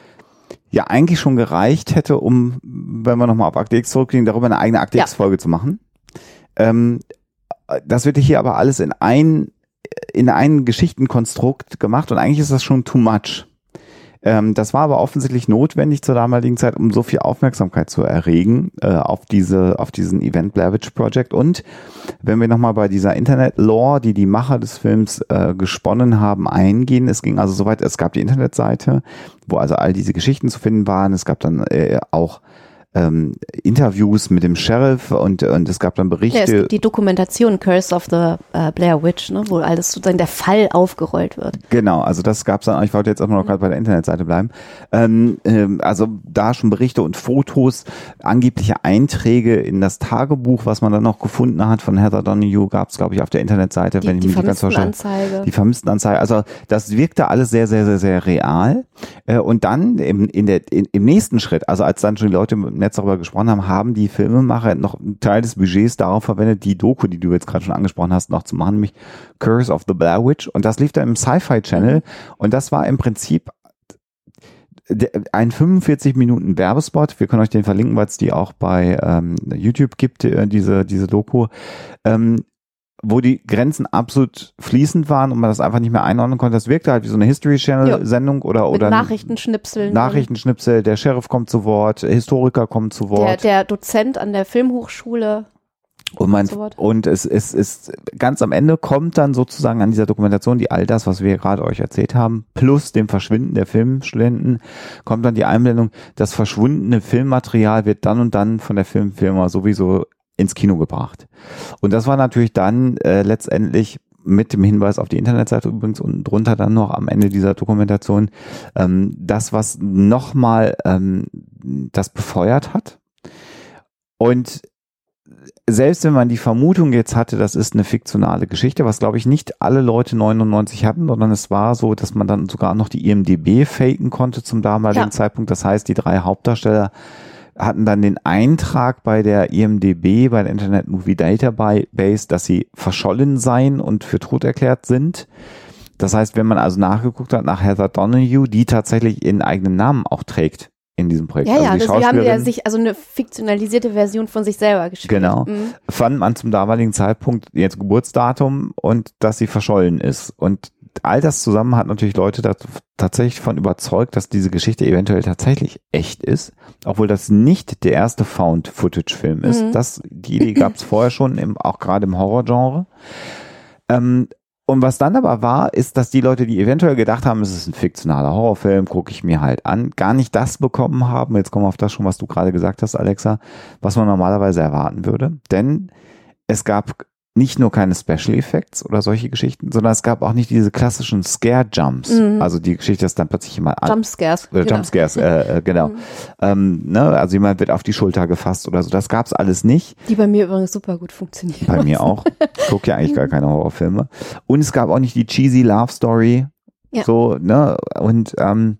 S2: ja eigentlich schon gereicht hätte, um, wenn wir nochmal auf Akte X zurückgehen, darüber eine eigene Akte X-Folge ja. zu machen. Ähm, das wird hier aber alles in ein, in ein Geschichtenkonstrukt gemacht, und eigentlich ist das schon too much. Ähm, das war aber offensichtlich notwendig zur damaligen Zeit, um so viel Aufmerksamkeit zu erregen äh, auf diese, auf diesen Event Blair Witch Project. Und wenn wir nochmal bei dieser Internet-Lore, die die Macher des Films äh, gesponnen haben, eingehen, es ging also soweit, es gab die Internetseite, wo also all diese Geschichten zu finden waren. Es gab dann äh, auch ähm, Interviews mit dem Sheriff und, und es gab dann Berichte.
S3: Ja, es gibt die Dokumentation Curse of the uh, Blair Witch, ne, wo alles sozusagen der Fall aufgerollt wird.
S2: Genau, also das gab's dann, ich wollte jetzt auch noch gerade bei der Internetseite bleiben. Ähm, ähm, also da schon Berichte und Fotos, angebliche Einträge in das Tagebuch, was man dann noch gefunden hat von Heather Donahue, gab's glaube ich auf der Internetseite,
S3: Die,
S2: wenn ich
S3: die
S2: mich ganz verstehe.
S3: Vermisstenanzeige.
S2: Die Vermisstenanzeige. Also das wirkte alles sehr, sehr, sehr, sehr real. Äh, und dann im, in der, in, im nächsten Schritt, also als dann schon die Leute im Netz darüber gesprochen haben, haben die Filmemacher noch einen Teil des Budgets darauf verwendet, die Doku, die du jetzt gerade schon angesprochen hast, noch zu machen, nämlich Curse of the Blair Witch. Und das lief dann im Sci-Fi Channel. Und das war im Prinzip ein fünfundvierzig Minuten Werbespot. Wir können euch den verlinken, weil es die auch bei ähm, YouTube gibt, äh, diese, diese Doku. Ähm, wo die Grenzen absolut fließend waren und man das einfach nicht mehr einordnen konnte. Das wirkte halt wie so eine History Channel Sendung oder, oder
S3: Nachrichtenschnipsel.
S2: Nachrichtenschnipsel, der Sheriff kommt zu Wort, Historiker kommen zu Wort.
S3: Der, der Dozent an der Filmhochschule.
S2: Und, man, und es ist, ist ganz am Ende kommt dann sozusagen an dieser Dokumentation, die all das, was wir gerade euch erzählt haben, plus dem Verschwinden der Filmstudenten, kommt dann die Einblendung, das verschwundene Filmmaterial wird dann und dann von der Filmfirma sowieso ins Kino gebracht. Und das war natürlich dann äh, letztendlich mit dem Hinweis auf die Internetseite übrigens unten drunter dann noch am Ende dieser Dokumentation ähm, das, was nochmal ähm, das befeuert hat. Und selbst wenn man die Vermutung jetzt hatte, das ist eine fiktionale Geschichte, was glaube ich nicht alle Leute neunundneunzig hatten, sondern es war so, dass man dann sogar noch die I M D B faken konnte zum damaligen ja. Zeitpunkt. Das heißt, die drei Hauptdarsteller hatten dann den Eintrag bei der I M D B, bei der Internet Movie Database, dass sie verschollen seien und für tot erklärt sind. Das heißt, wenn man also nachgeguckt hat nach Heather Donahue, die tatsächlich ihren eigenen Namen auch trägt in diesem Projekt.
S3: Ja,
S2: also
S3: ja,
S2: die
S3: das, wir haben ja sich, also eine fiktionalisierte Version von sich selber gespielt.
S2: Genau.
S3: Mhm.
S2: Fand man zum damaligen Zeitpunkt jetzt Geburtsdatum und dass sie verschollen ist. Und all das zusammen hat natürlich Leute da tatsächlich von überzeugt, dass diese Geschichte eventuell tatsächlich echt ist, obwohl das nicht der erste Found-Footage-Film ist. Mhm. Das, die Idee gab es vorher schon, im, auch gerade im Horrorgenre. Ähm, und was dann aber war, ist, dass die Leute, die eventuell gedacht haben, es ist ein fiktionaler Horrorfilm, gucke ich mir halt an, gar nicht das bekommen haben, jetzt kommen wir auf das schon, was du gerade gesagt hast, Alexa, was man normalerweise erwarten würde. Denn es gab nicht nur keine Special Effects oder solche Geschichten, sondern es gab auch nicht diese klassischen Scare-Jumps. Mhm. Also die Geschichte, dass dann plötzlich jemand an...
S3: Jumpscares.
S2: Äh, genau. Jumpscares, äh, äh, genau. Mhm. Ähm, ne? Also jemand wird auf die Schulter gefasst oder so. Das gab's alles nicht.
S3: Die bei mir übrigens super gut funktionieren.
S2: Bei mir auch. Ich gucke ja eigentlich gar keine Horrorfilme. Und es gab auch nicht die cheesy Love Story. Ja. So, ne? Und ähm,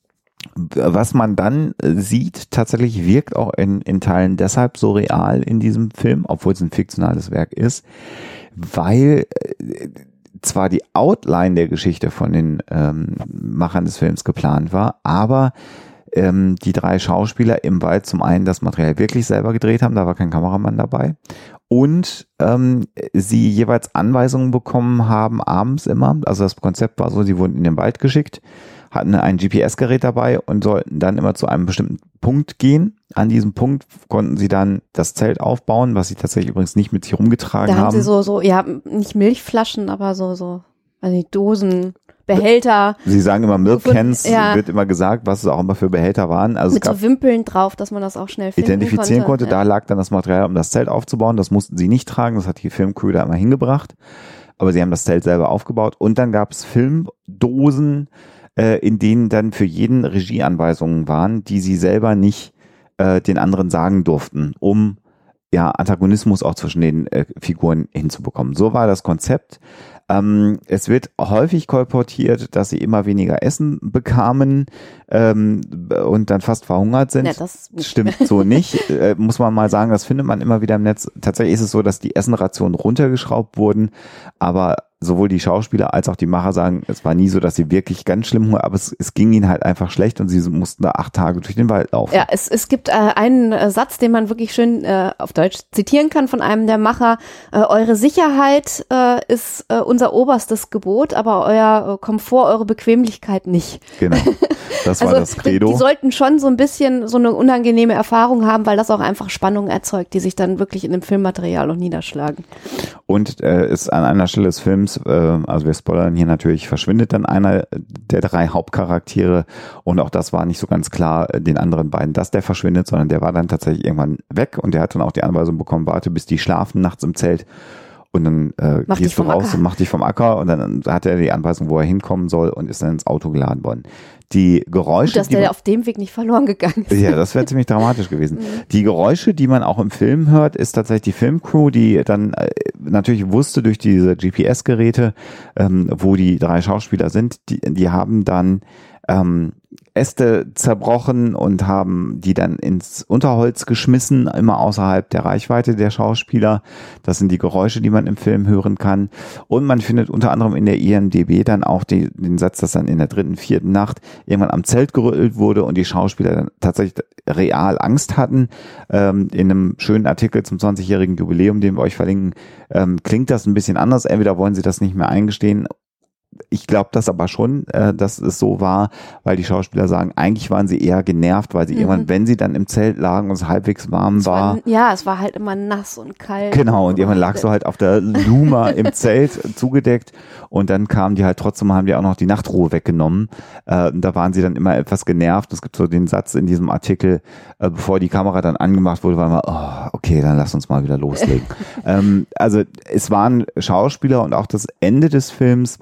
S2: was man dann sieht, tatsächlich wirkt auch in, in Teilen deshalb so real in diesem Film, obwohl es ein fiktionales Werk ist, weil äh, zwar die Outline der Geschichte von den ähm, Machern des Films geplant war, aber ähm, die drei Schauspieler im Wald zum einen das Material wirklich selber gedreht haben, da war kein Kameramann dabei, und ähm, sie jeweils Anweisungen bekommen haben, abends immer, also das Konzept war so, sie wurden in den Wald geschickt, hatten ein G P S-Gerät dabei und sollten dann immer zu einem bestimmten Punkt gehen. An diesem Punkt konnten sie dann das Zelt aufbauen, was sie tatsächlich übrigens nicht mit sich rumgetragen haben.
S3: Da haben sie so, so, ja, nicht Milchflaschen, aber so, so, also die Dosen, Behälter.
S2: Sie sagen immer Milk Cans, ja. Wird immer gesagt, was es auch immer für Behälter waren. Also
S3: mit
S2: es gab
S3: so Wimpeln drauf, dass man das auch schnell finden
S2: identifizieren konnte.
S3: konnte.
S2: Da
S3: ja.
S2: lag dann das Material, um das Zelt aufzubauen. Das mussten sie nicht tragen, das hat die Filmcrew da immer hingebracht. Aber sie haben das Zelt selber aufgebaut. Und dann gab es Filmdosen, in denen dann für jeden Regieanweisungen waren, die sie selber nicht äh, den anderen sagen durften, um ja Antagonismus auch zwischen den äh, Figuren hinzubekommen. So war das Konzept. Ähm, es wird häufig kolportiert, dass sie immer weniger Essen bekamen ähm, und dann fast verhungert sind.
S3: Ja, das
S2: stimmt so nicht. Äh, muss man mal sagen, das findet man immer wieder im Netz. Tatsächlich ist es so, dass die Essenrationen runtergeschraubt wurden, aber sowohl die Schauspieler als auch die Macher sagen, es war nie so, dass sie wirklich ganz schlimm waren, aber es, es ging ihnen halt einfach schlecht und sie mussten da acht Tage durch den Wald laufen.
S3: Ja, es, es gibt äh, einen äh, Satz, den man wirklich schön äh, auf Deutsch zitieren kann von einem der Macher. Äh, eure Sicherheit äh, ist äh, unser oberstes Gebot, aber euer äh, Komfort, eure Bequemlichkeit nicht.
S2: Genau. Das
S3: also
S2: war das Credo.
S3: Die, die sollten schon so ein bisschen so eine unangenehme Erfahrung haben, weil das auch einfach Spannung erzeugt, die sich dann wirklich in dem Filmmaterial auch niederschlagen.
S2: Und äh, ist an einer Stelle des Films, äh, also wir spoilern hier natürlich, verschwindet dann einer der drei Hauptcharaktere und auch das war nicht so ganz klar äh, den anderen beiden, dass der verschwindet, sondern der war dann tatsächlich irgendwann weg und der hat dann auch die Anweisung bekommen, warte, bis die schlafen nachts im Zelt. Und dann äh, gehst du raus Acker. und mach dich vom Acker und dann hat er die Anweisung, wo er hinkommen soll und ist dann ins Auto geladen worden. Die Geräusche,
S3: Gut, dass
S2: die
S3: der
S2: man,
S3: auf dem Weg nicht verloren gegangen ist.
S2: Ja, das wäre ziemlich dramatisch gewesen. Die Geräusche, die man auch im Film hört, ist tatsächlich die Filmcrew, die dann äh, natürlich wusste durch diese G P S-Geräte, ähm, wo die drei Schauspieler sind. Die, die haben dann ähm, Äste zerbrochen und haben die dann ins Unterholz geschmissen, immer außerhalb der Reichweite der Schauspieler. Das sind die Geräusche, die man im Film hören kann. Und man findet unter anderem in der I M D B dann auch die, den Satz, dass dann in der dritten, vierten Nacht irgendwann am Zelt gerüttelt wurde und die Schauspieler dann tatsächlich real Angst hatten. Ähm, in einem schönen Artikel zum zwanzigjährigen Jubiläum, den wir euch verlinken, ähm, klingt das ein bisschen anders. Entweder wollen sie das nicht mehr eingestehen. Ich glaube das aber schon, äh, dass es so war, weil die Schauspieler sagen, eigentlich waren sie eher genervt, weil sie mhm. irgendwann, wenn sie dann im Zelt lagen und es halbwegs warm es war.
S3: war. Ja, es war halt immer nass und kalt.
S2: Genau, und irgendwann lagst du halt auf der Luma im Zelt zugedeckt und dann kamen die halt trotzdem, haben die auch noch die Nachtruhe weggenommen. Äh, da waren sie dann immer etwas genervt. Es gibt so den Satz in diesem Artikel, äh, bevor die Kamera dann angemacht wurde, war immer, oh, okay, dann lass uns mal wieder loslegen. ähm, also es waren Schauspieler und auch das Ende des Films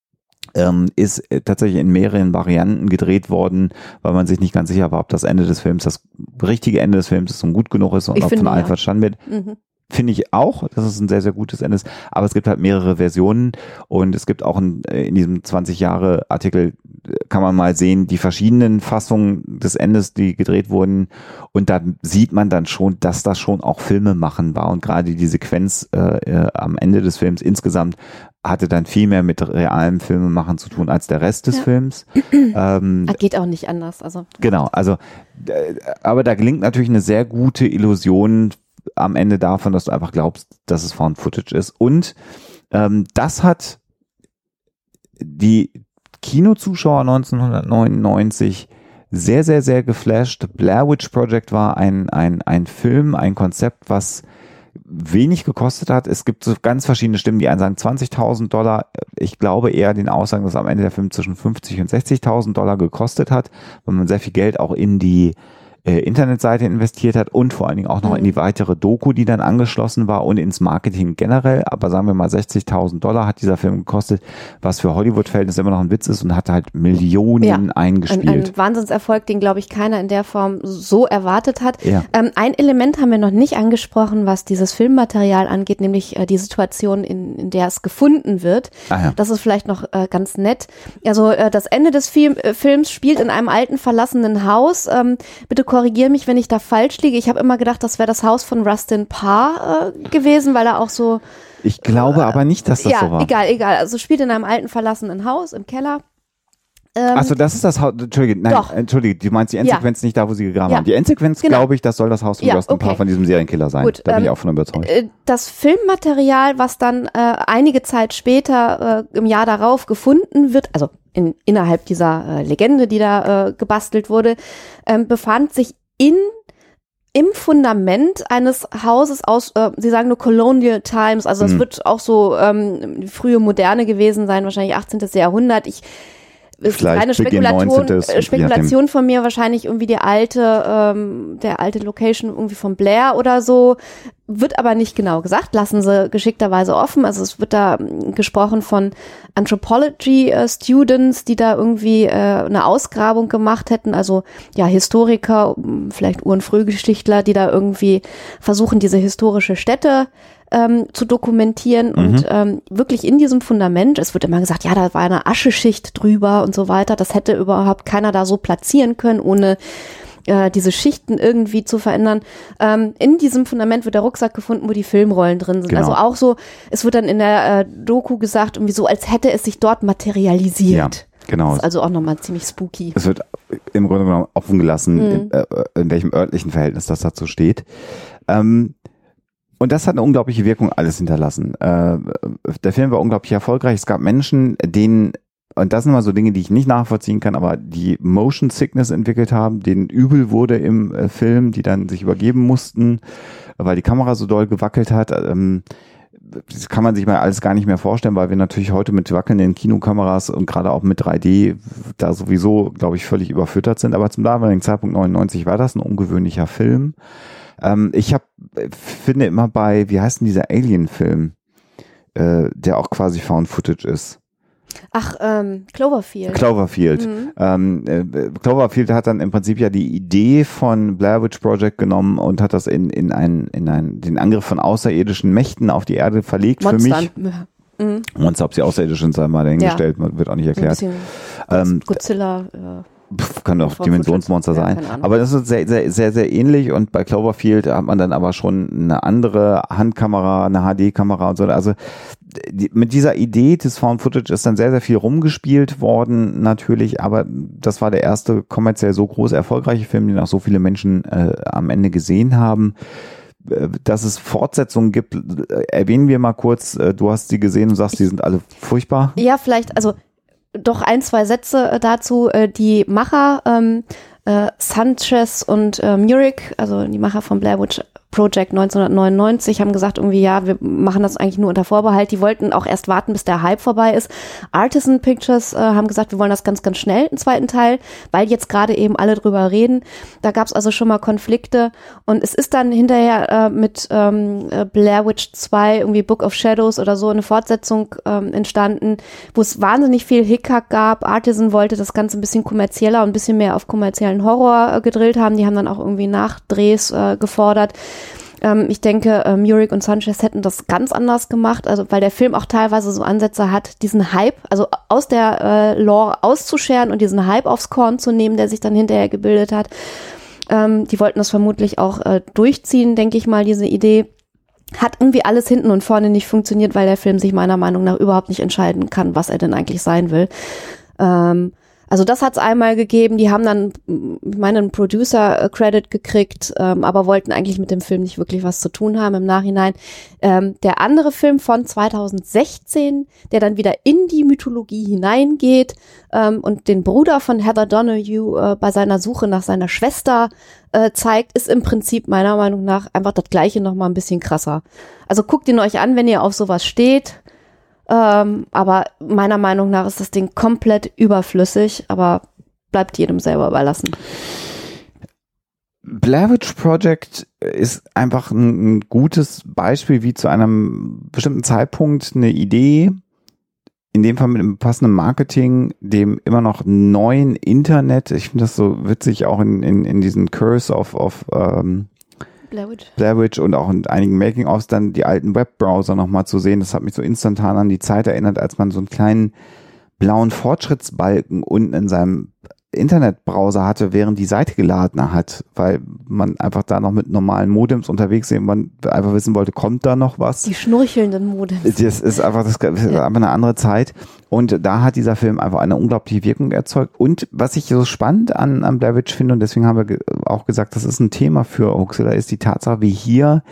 S2: Ähm, ist äh, tatsächlich in mehreren Varianten gedreht worden, weil man sich nicht ganz sicher war, ob das Ende des Films, das richtige Ende des Films ist und gut genug ist und
S3: ich
S2: ob
S3: finde,
S2: von allen
S3: ja.
S2: verstanden wird. Mhm. Finde ich auch, dass es ein sehr, sehr gutes Ende ist. Aber es gibt halt mehrere Versionen und es gibt auch ein, in diesem zwanzig Jahre Artikel kann man mal sehen, die verschiedenen Fassungen des Endes, die gedreht wurden. Und da sieht man dann schon, dass das schon auch Filme machen war. Und gerade die Sequenz äh, am Ende des Films insgesamt hatte dann viel mehr mit realem Filmemachen zu tun als der Rest des ja. Films. Ähm,
S3: Geht auch nicht anders. Also
S2: genau, also äh, aber da gelingt natürlich eine sehr gute Illusion am Ende davon, dass du einfach glaubst, dass es Found Footage ist. Und ähm, das hat die Kinozuschauer neunzehnhundertneunundneunzig sehr, sehr, sehr geflasht. Blair Witch Project war ein, ein, ein Film, ein Konzept, was wenig gekostet hat. Es gibt so ganz verschiedene Stimmen, die einen sagen zwanzigtausend Dollar. Ich glaube eher den Aussagen, dass am Ende der Film zwischen fünfzig und sechzigtausend Dollar gekostet hat, weil man sehr viel Geld auch in die äh, Internetseite investiert hat und vor allen Dingen auch noch mhm. in die weitere Doku, die dann angeschlossen war und ins Marketing generell. Aber sagen wir mal sechzigtausend Dollar hat dieser Film gekostet, was für Hollywood-Verhältnisse immer noch ein Witz ist und hat halt Millionen ja, eingespielt.
S3: Ein, ein Wahnsinnserfolg, den glaube ich keiner in der Form so erwartet hat.
S2: Ja.
S3: Ähm, ein Element haben wir noch nicht angesprochen, was dieses Filmmaterial angeht, nämlich äh, die Situation, in, in der es gefunden wird.
S2: Ah, ja.
S3: Das ist vielleicht noch äh, ganz nett. Also äh, das Ende des Film, äh, Films spielt in einem alten verlassenen Haus. Ähm, bitte korrigiere mich, wenn ich da falsch liege. Ich habe immer gedacht, das wäre das Haus von Rustin Parr äh, gewesen, weil er auch so...
S2: Ich glaube äh, aber nicht, dass das
S3: ja,
S2: so war.
S3: egal, egal. Also spielt in einem alten verlassenen Haus im Keller.
S2: Ähm, Achso, das ist das Haus, Entschuldige, nein,
S3: doch.
S2: Entschuldige, du meinst die Endsequenz ja. nicht da, wo sie gegraben
S3: ja.
S2: haben. Die Endsequenz,
S3: genau.
S2: glaube ich, das soll das Haus von
S3: ja,
S2: Rustin
S3: okay.
S2: Parr von diesem Serienkiller sein.
S3: Gut,
S2: da bin
S3: ähm,
S2: ich auch von überzeugt.
S3: Das Filmmaterial, was dann äh, einige Zeit später äh, im Jahr darauf gefunden wird, also in, innerhalb dieser äh, Legende, die da äh, gebastelt wurde, ähm, befand sich in im Fundament eines Hauses aus, äh, Sie sagen nur Colonial Times, also es mhm. wird auch so ähm, die frühe Moderne gewesen sein, wahrscheinlich achtzehnten. Jahrhundert. Ich ist
S2: Vielleicht
S3: eine Spekulation,
S2: neunzehnten.
S3: Spekulation von mir, wahrscheinlich irgendwie die alte, ähm, der alte Location irgendwie von Blair oder so, wird aber nicht genau gesagt, lassen sie geschickterweise offen. Also es wird da gesprochen von Anthropology äh, Students, die da irgendwie äh, eine Ausgrabung gemacht hätten, also ja Historiker, vielleicht Ur- und Frühgeschichtler, die da irgendwie versuchen, diese historische Stätte ähm, zu dokumentieren mhm. und ähm, wirklich in diesem Fundament, es wird immer gesagt, ja, da war eine Ascheschicht drüber und so weiter, das hätte überhaupt keiner da so platzieren können, ohne äh, diese Schichten irgendwie zu verändern. Ähm, in diesem Fundament wird der Rucksack gefunden, wo die Filmrollen drin sind. Genau. Also auch so, es wird dann in der äh, Doku gesagt, irgendwie so, als hätte es sich dort materialisiert.
S2: Ja. Genau.
S3: Das ist also auch nochmal ziemlich spooky.
S2: Es wird im Grunde genommen offen gelassen, mhm. in, äh, in welchem örtlichen Verhältnis das dazu steht. Ähm, und das hat eine unglaubliche Wirkung alles hinterlassen. Äh, der Film war unglaublich erfolgreich. Es gab Menschen, denen und das sind mal so Dinge, die ich nicht nachvollziehen kann, aber die Motion Sickness entwickelt haben, denen übel wurde im äh, Film, die dann sich übergeben mussten, weil die Kamera so doll gewackelt hat. Ähm, das kann man sich mal alles gar nicht mehr vorstellen, weil wir natürlich heute mit wackelnden Kinokameras und gerade auch mit drei D da sowieso, glaube ich, völlig überfüttert sind. Aber zum damaligen Zeitpunkt neunundneunzig war das ein ungewöhnlicher Film. Ähm, ich habe finde immer bei, wie heißt denn dieser Alien-Film, äh, der auch quasi Found Footage ist?
S3: Ach, ähm, Cloverfield.
S2: Cloverfield. Mhm. Ähm, äh, Cloverfield hat dann im Prinzip ja die Idee von Blair Witch Project genommen und hat das in, in, ein, in ein, den Angriff von außerirdischen Mächten auf die Erde verlegt.
S3: Monstern.
S2: Für mich.
S3: Ja. Mhm.
S2: Monster, ob sie außerirdisch sind, sei mal dahingestellt, ja. Wird auch nicht erklärt.
S3: Ähm, Godzilla, ja.
S2: Pff, kann doch Dimensionsmonster sein.
S3: Ja,
S2: aber das ist sehr, sehr, sehr, sehr ähnlich und bei Cloverfield hat man dann aber schon eine andere Handkamera, eine H D-Kamera und so. Also die, mit dieser Idee des Found Footage ist dann sehr, sehr viel rumgespielt worden natürlich, aber das war der erste kommerziell so groß erfolgreiche Film, den auch so viele Menschen äh, am Ende gesehen haben. Dass es Fortsetzungen gibt, erwähnen wir mal kurz. Du hast sie gesehen und sagst, die sind alle furchtbar.
S3: Ja, vielleicht, also doch ein, zwei Sätze äh, dazu. Äh, die Macher, ähm, äh, Sanchez und äh, Murick, also die Macher von Blair Witch Project neunzehnhundertneunundneunzig, haben gesagt irgendwie, ja, wir machen das eigentlich nur unter Vorbehalt. Die wollten auch erst warten, bis der Hype vorbei ist. Artisan Pictures äh, haben gesagt, wir wollen das ganz, ganz schnell, einen zweiten Teil, weil jetzt gerade eben alle drüber reden. Da gab es also schon mal Konflikte und es ist dann hinterher äh, mit ähm, Blair Witch zwei, irgendwie Book of Shadows oder so, eine Fortsetzung ähm, entstanden, wo es wahnsinnig viel Hickhack gab. Artisan wollte das Ganze ein bisschen kommerzieller und ein bisschen mehr auf kommerziellen Horror äh, gedrillt haben. Die haben dann auch irgendwie Nachdrehs äh, gefordert. Ich denke, äh, Murick und Sanchez hätten das ganz anders gemacht, also weil der Film auch teilweise so Ansätze hat, diesen Hype, also aus der äh, Lore auszuscheren und diesen Hype aufs Korn zu nehmen, der sich dann hinterher gebildet hat. Ähm, die wollten das vermutlich auch äh, durchziehen, denke ich mal, diese Idee. Hat irgendwie alles hinten und vorne nicht funktioniert, weil der Film sich meiner Meinung nach überhaupt nicht entscheiden kann, was er denn eigentlich sein will. Ähm, Also das hat es einmal gegeben, die haben dann, ich meine, einen Producer-Credit gekriegt, ähm, aber wollten eigentlich mit dem Film nicht wirklich was zu tun haben im Nachhinein. Ähm, der andere Film von zweitausendsechzehn, der dann wieder in die Mythologie hineingeht ähm, und den Bruder von Heather Donahue äh, bei seiner Suche nach seiner Schwester äh, zeigt, ist im Prinzip meiner Meinung nach einfach das Gleiche nochmal ein bisschen krasser. Also guckt ihn euch an, wenn ihr auf sowas steht. Ähm, aber meiner Meinung nach ist das Ding komplett überflüssig, aber bleibt jedem selber überlassen.
S2: Blair Witch Project ist einfach ein, ein gutes Beispiel, wie zu einem bestimmten Zeitpunkt eine Idee, in dem Fall mit einem passenden Marketing, dem immer noch neuen Internet, ich finde das so witzig, auch in, in, in diesen Curse of, of ähm, Blair Witch. Blair Witch und auch in einigen Making-ofs dann die alten Webbrowser nochmal zu sehen. Das hat mich so instantan an die Zeit erinnert, als man so einen kleinen blauen Fortschrittsbalken unten in seinem Internetbrowser hatte, während die Seite geladen hat, weil man einfach da noch mit normalen Modems unterwegs ist und man einfach wissen wollte, kommt da noch was?
S3: Die schnurchelnden Modems.
S2: Das ist einfach, das ist einfach eine andere Zeit. Und da hat dieser Film einfach eine unglaubliche Wirkung erzeugt. Und was ich so spannend an, an Blair Witch finde, und deswegen haben wir auch gesagt, das ist ein Thema für Hoaxilla, ist die Tatsache, wie hier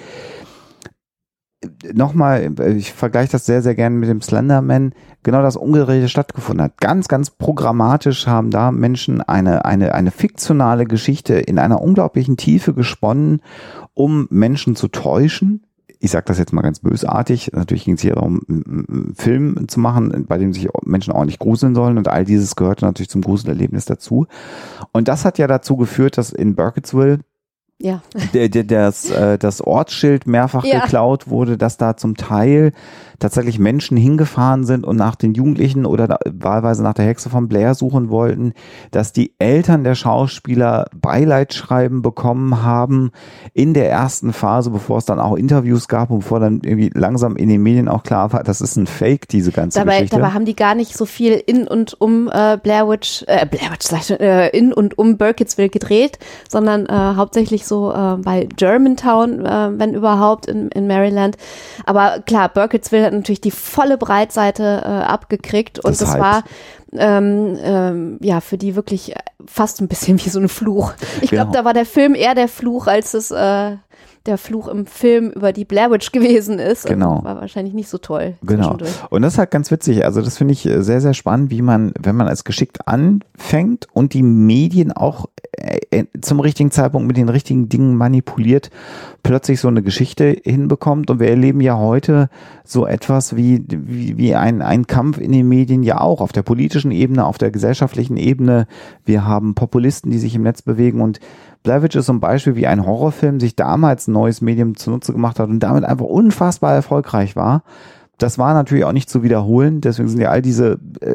S2: nochmal, ich vergleiche das sehr, sehr gerne mit dem Slenderman, genau das Umgedrehte stattgefunden hat. Ganz, ganz programmatisch haben da Menschen eine, eine, eine fiktionale Geschichte in einer unglaublichen Tiefe gesponnen, um Menschen zu täuschen. Ich sage das jetzt mal ganz bösartig. Natürlich ging es hier darum, einen Film zu machen, bei dem sich Menschen auch nicht gruseln sollen, und all dieses gehörte natürlich zum Gruselerlebnis dazu. Und das hat ja dazu geführt, dass in Burkittsville
S3: Ja.
S2: Der, der, das, äh, das Ortsschild mehrfach ja. geklaut wurde, dass da zum Teil tatsächlich Menschen hingefahren sind und nach den Jugendlichen oder da, wahlweise nach der Hexe von Blair suchen wollten, dass die Eltern der Schauspieler Beileidsschreiben bekommen haben in der ersten Phase, bevor es dann auch Interviews gab und bevor dann irgendwie langsam in den Medien auch klar war, das ist ein Fake, diese ganze
S3: dabei,
S2: Geschichte.
S3: Dabei haben die gar nicht so viel in und um äh, Blair Witch, äh, Blair Witch, sag ich schon, äh, in und um Burkittsville gedreht, sondern äh, hauptsächlich so äh, bei Germantown, äh, wenn überhaupt, in, in Maryland. Aber klar, Burkittsville hat natürlich die volle Breitseite äh, abgekriegt und das, das war ähm, ähm, ja für die wirklich fast ein bisschen wie so ein Fluch. Ich glaube, genau. Da war der Film eher der Fluch als das, äh, der Fluch im Film über die Blair Witch gewesen ist.
S2: Genau.
S3: Also war wahrscheinlich nicht so toll.
S2: Genau. Und das ist halt ganz witzig. Also das finde ich sehr, sehr spannend, wie man, wenn man es geschickt anfängt und die Medien auch äh, zum richtigen Zeitpunkt mit den richtigen Dingen manipuliert, plötzlich so eine Geschichte hinbekommt. Und wir erleben ja heute so etwas wie, wie, wie ein, ein Kampf in den Medien ja auch auf der politischen Ebene, auf der gesellschaftlichen Ebene. Wir haben Populisten, die sich im Netz bewegen, und Blair Witch ist so ein Beispiel, wie ein Horrorfilm sich damals ein neues Medium zunutze gemacht hat und damit einfach unfassbar erfolgreich war. Das war natürlich auch nicht zu wiederholen, deswegen sind ja all diese äh,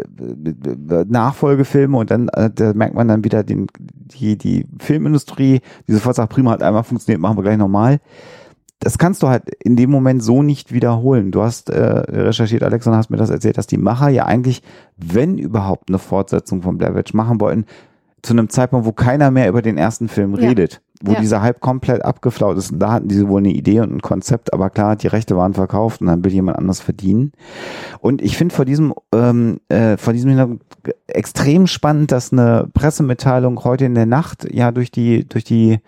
S2: Nachfolgefilme, und dann äh, da merkt man dann wieder den, die, die Filmindustrie, die sofort sagt, prima, hat einmal funktioniert, machen wir gleich nochmal. Das kannst du halt in dem Moment so nicht wiederholen. Du hast äh, recherchiert, Alex, und hast mir das erzählt, dass die Macher ja eigentlich, wenn überhaupt, eine Fortsetzung von Blair Witch machen wollten, zu einem Zeitpunkt, wo keiner mehr über den ersten Film ja. redet, wo ja. dieser Hype komplett abgeflaut ist. Und da hatten die wohl eine Idee und ein Konzept, aber klar, die Rechte waren verkauft und dann will jemand anders verdienen. Und ich finde vor diesem ähm, äh, vor diesem Hintergrund extrem spannend, dass eine Pressemitteilung heute in der Nacht ja durch die durch die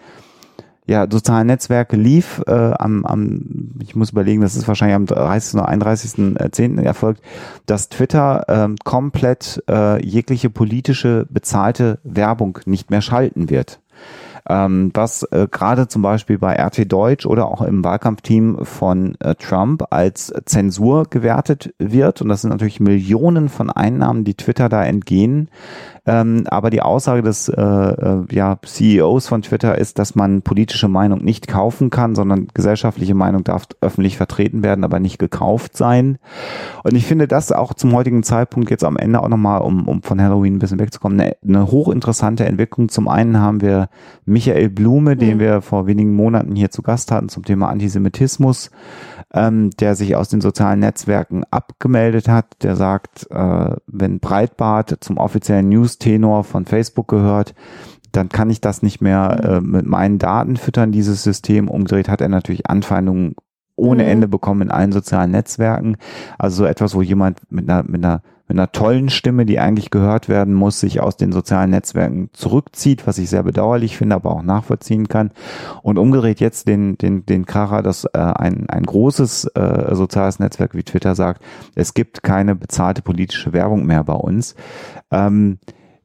S2: ja, sozialen Netzwerke lief, äh, am, am, ich muss überlegen, das ist wahrscheinlich am dreißigsten oder einunddreißigsten zehnten erfolgt, dass Twitter ähm, komplett äh, jegliche politische bezahlte Werbung nicht mehr schalten wird. Ähm, was äh, gerade zum Beispiel bei R T Deutsch oder auch im Wahlkampfteam von äh, Trump als Zensur gewertet wird. Und das sind natürlich Millionen von Einnahmen, die Twitter da entgehen. Ähm, aber die Aussage des äh, äh, ja, C E Os von Twitter ist, dass man politische Meinung nicht kaufen kann, sondern gesellschaftliche Meinung darf öffentlich vertreten werden, aber nicht gekauft sein. Und ich finde das auch zum heutigen Zeitpunkt jetzt am Ende auch nochmal, um, um von Halloween ein bisschen wegzukommen, eine, eine hochinteressante Entwicklung. Zum einen haben wir Michael Blume, den mhm. wir vor wenigen Monaten hier zu Gast hatten zum Thema Antisemitismus, ähm, der sich aus den sozialen Netzwerken abgemeldet hat, der sagt, äh, wenn Breitbart zum offiziellen News-Tenor von Facebook gehört, dann kann ich das nicht mehr äh, mit meinen Daten füttern, dieses System. Umgedreht hat er natürlich Anfeindungen ohne Ende bekommen in allen sozialen Netzwerken. Also so etwas, wo jemand mit einer, mit einer mit einer tollen Stimme, die eigentlich gehört werden muss, sich aus den sozialen Netzwerken zurückzieht, was ich sehr bedauerlich finde, aber auch nachvollziehen kann. Und umgedreht jetzt den den den Kracher, dass äh, ein ein großes äh, soziales Netzwerk wie Twitter sagt, es gibt keine bezahlte politische Werbung mehr bei uns. Ähm,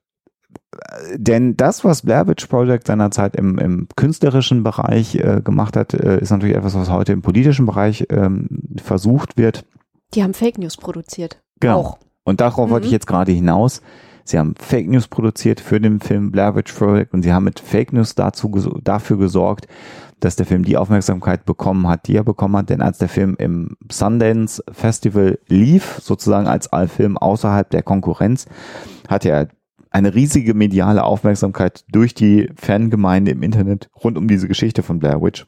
S2: Denn das, was Blair Witch Project seinerzeit im, im künstlerischen Bereich äh, gemacht hat, äh, ist natürlich etwas, was heute im politischen Bereich ähm, versucht wird.
S3: Die haben Fake News produziert.
S2: Genau.
S3: Auch.
S2: Und darauf mhm. wollte ich jetzt gerade hinaus. Sie haben Fake News produziert für den Film Blair Witch Project und sie haben mit Fake News dazu dafür gesorgt, dass der Film die Aufmerksamkeit bekommen hat, die er bekommen hat. Denn als der Film im Sundance Festival lief, sozusagen als Film außerhalb der Konkurrenz, hatte er eine riesige mediale Aufmerksamkeit durch die Fangemeinde im Internet rund um diese Geschichte von Blair Witch.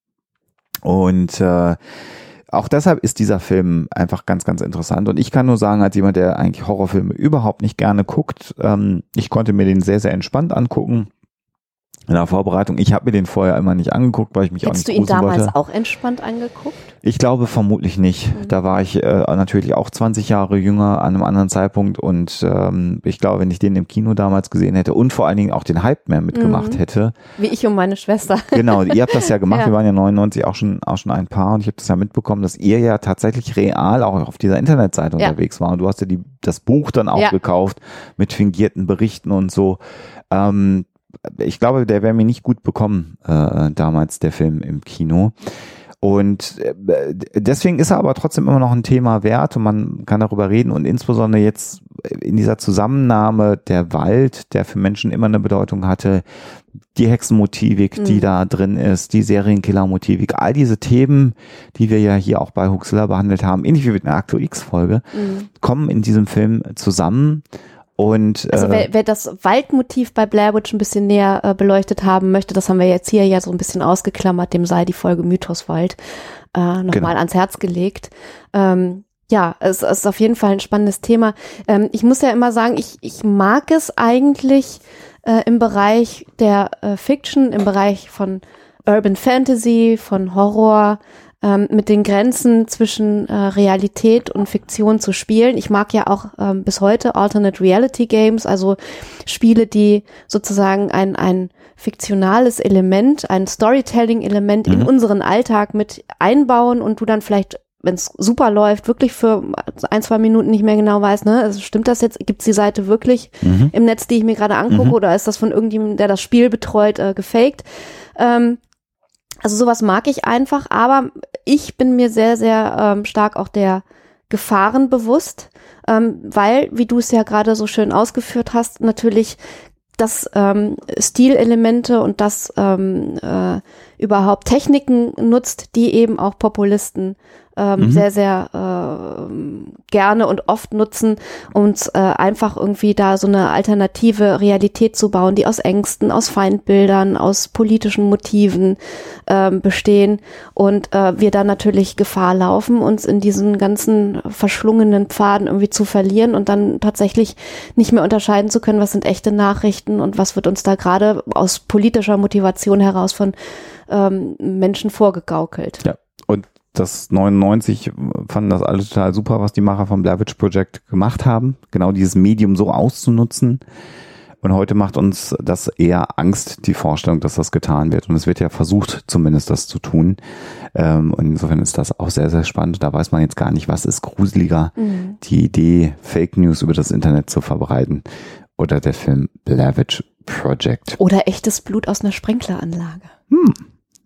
S2: Und äh, auch deshalb ist dieser Film einfach ganz, ganz interessant. Und ich kann nur sagen, als jemand, der eigentlich Horrorfilme überhaupt nicht gerne guckt, ähm, ich konnte mir den sehr, sehr entspannt angucken. In der Vorbereitung. Ich habe mir den vorher immer nicht angeguckt, weil ich mich
S3: Hättest
S2: auch nicht
S3: gruseln wollte. Hättest du ihn damals
S2: wollte.
S3: auch entspannt angeguckt?
S2: Ich glaube vermutlich nicht. Mhm. Da war ich äh, natürlich auch zwanzig Jahre jünger an einem anderen Zeitpunkt und ähm, ich glaube, wenn ich den im Kino damals gesehen hätte und vor allen Dingen auch den Hype mehr mitgemacht mhm. hätte.
S3: Wie ich und meine Schwester.
S2: Genau, ihr habt das ja gemacht.
S3: Ja.
S2: Wir waren ja neunundneunzig auch schon auch schon ein Paar und ich habe das ja mitbekommen, dass ihr ja tatsächlich real auch auf dieser Internetseite ja. unterwegs war. Und du hast ja die, das Buch dann auch ja. gekauft mit fingierten Berichten und so. Ähm, Ich glaube, der wäre mir nicht gut bekommen, äh, damals der Film im Kino. Und äh, deswegen ist er aber trotzdem immer noch ein Thema wert und man kann darüber reden. Und insbesondere jetzt in dieser Zusammennahme der Wald, der für Menschen immer eine Bedeutung hatte, die Hexenmotivik, mhm. die da drin ist, die Serienkiller-Motivik, all diese Themen, die wir ja hier auch bei Huxilla behandelt haben, ähnlich wie mit einer Akto X-Folge, mhm. kommen in diesem Film zusammen. Und,
S3: also wer, wer das Waldmotiv bei Blair Witch ein bisschen näher äh, beleuchtet haben möchte, das haben wir jetzt hier ja so ein bisschen ausgeklammert, dem sei die Folge Mythoswald äh, nochmal genau. ans Herz gelegt. Ähm, ja, es, es ist auf jeden Fall ein spannendes Thema. Ähm, ich muss ja immer sagen, ich, ich mag es eigentlich äh, im Bereich der äh, Fiction, im Bereich von Urban Fantasy, von Horror, ähm, mit den Grenzen zwischen äh, Realität und Fiktion zu spielen. Ich mag ja auch ähm, bis heute Alternate Reality Games, also Spiele, die sozusagen ein, ein fiktionales Element, ein Storytelling-Element mhm. in unseren Alltag mit einbauen und du dann vielleicht, wenn es super läuft, wirklich für ein, zwei Minuten nicht mehr genau weißt, ne, also stimmt das jetzt, gibt's die Seite wirklich mhm. im Netz, die ich mir gerade angucke, mhm. oder ist das von irgendjemandem, der das Spiel betreut, äh, gefaked? Ähm, also sowas mag ich einfach, aber ich bin mir sehr, sehr ähm, stark auch der Gefahren bewusst, ähm, weil, wie du es ja gerade so schön ausgeführt hast, natürlich dass ähm, Stilelemente und das ähm, äh, überhaupt Techniken nutzt, die eben auch Populisten ähm, mhm. sehr, sehr äh, gerne und oft nutzen, um äh, einfach irgendwie da so eine alternative Realität zu bauen, die aus Ängsten, aus Feindbildern, aus politischen Motiven ähm, bestehen und äh, wir dann natürlich Gefahr laufen, uns in diesen ganzen verschlungenen Pfaden irgendwie zu verlieren und dann tatsächlich nicht mehr unterscheiden zu können, was sind echte Nachrichten und was wird uns da gerade aus politischer Motivation heraus von ähm, Menschen vorgegaukelt.
S2: Ja, und das neunundneunzig fanden das alle total super, was die Macher vom Blair Witch Project gemacht haben, genau dieses Medium so auszunutzen. Und heute macht uns das eher Angst, die Vorstellung, dass das getan wird. Und es wird ja versucht, zumindest das zu tun. Und insofern ist das auch sehr, sehr spannend. Da weiß man jetzt gar nicht, was ist gruseliger, mhm. die Idee, Fake News über das Internet zu verbreiten oder der Film Blair Witch Project.
S3: Oder echtes Blut aus einer Sprinkleranlage.
S2: Hm.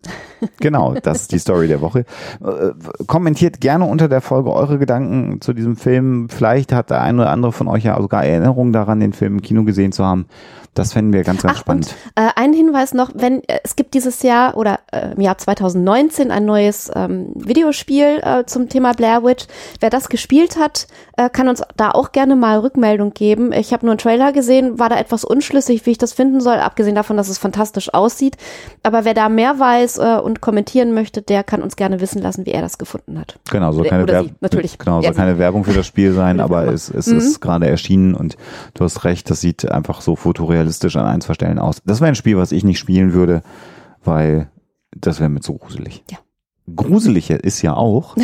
S2: Genau, das ist die Story der Woche. Kommentiert gerne unter der Folge eure Gedanken zu diesem Film. Vielleicht hat der eine oder andere von euch ja sogar Erinnerungen daran, den Film im Kino gesehen zu haben. Das fänden wir ganz, ganz
S3: Ach,
S2: spannend.
S3: Und, äh, ein Hinweis noch, wenn äh, es gibt dieses Jahr oder äh, im Jahr zwanzig neunzehn ein neues ähm, Videospiel äh, zum Thema Blair Witch. Wer das gespielt hat, äh, kann uns da auch gerne mal Rückmeldung geben. Ich habe nur einen Trailer gesehen, war da etwas unschlüssig, wie ich das finden soll, abgesehen davon, dass es fantastisch aussieht. Aber wer da mehr weiß äh, und kommentieren möchte, der kann uns gerne wissen lassen, wie er das gefunden hat.
S2: Genau, soll keine,
S3: Werb-
S2: sie,
S3: natürlich.
S2: Genau, soll keine Werbung für das Spiel sein, aber es, es mhm. ist gerade erschienen und du hast recht, das sieht einfach so fotorealistisch an ein, zwei Stellen aus. Das wäre ein Spiel, was ich nicht spielen würde, weil das wäre mir zu gruselig.
S3: Ja.
S2: Gruseliger ist ja auch,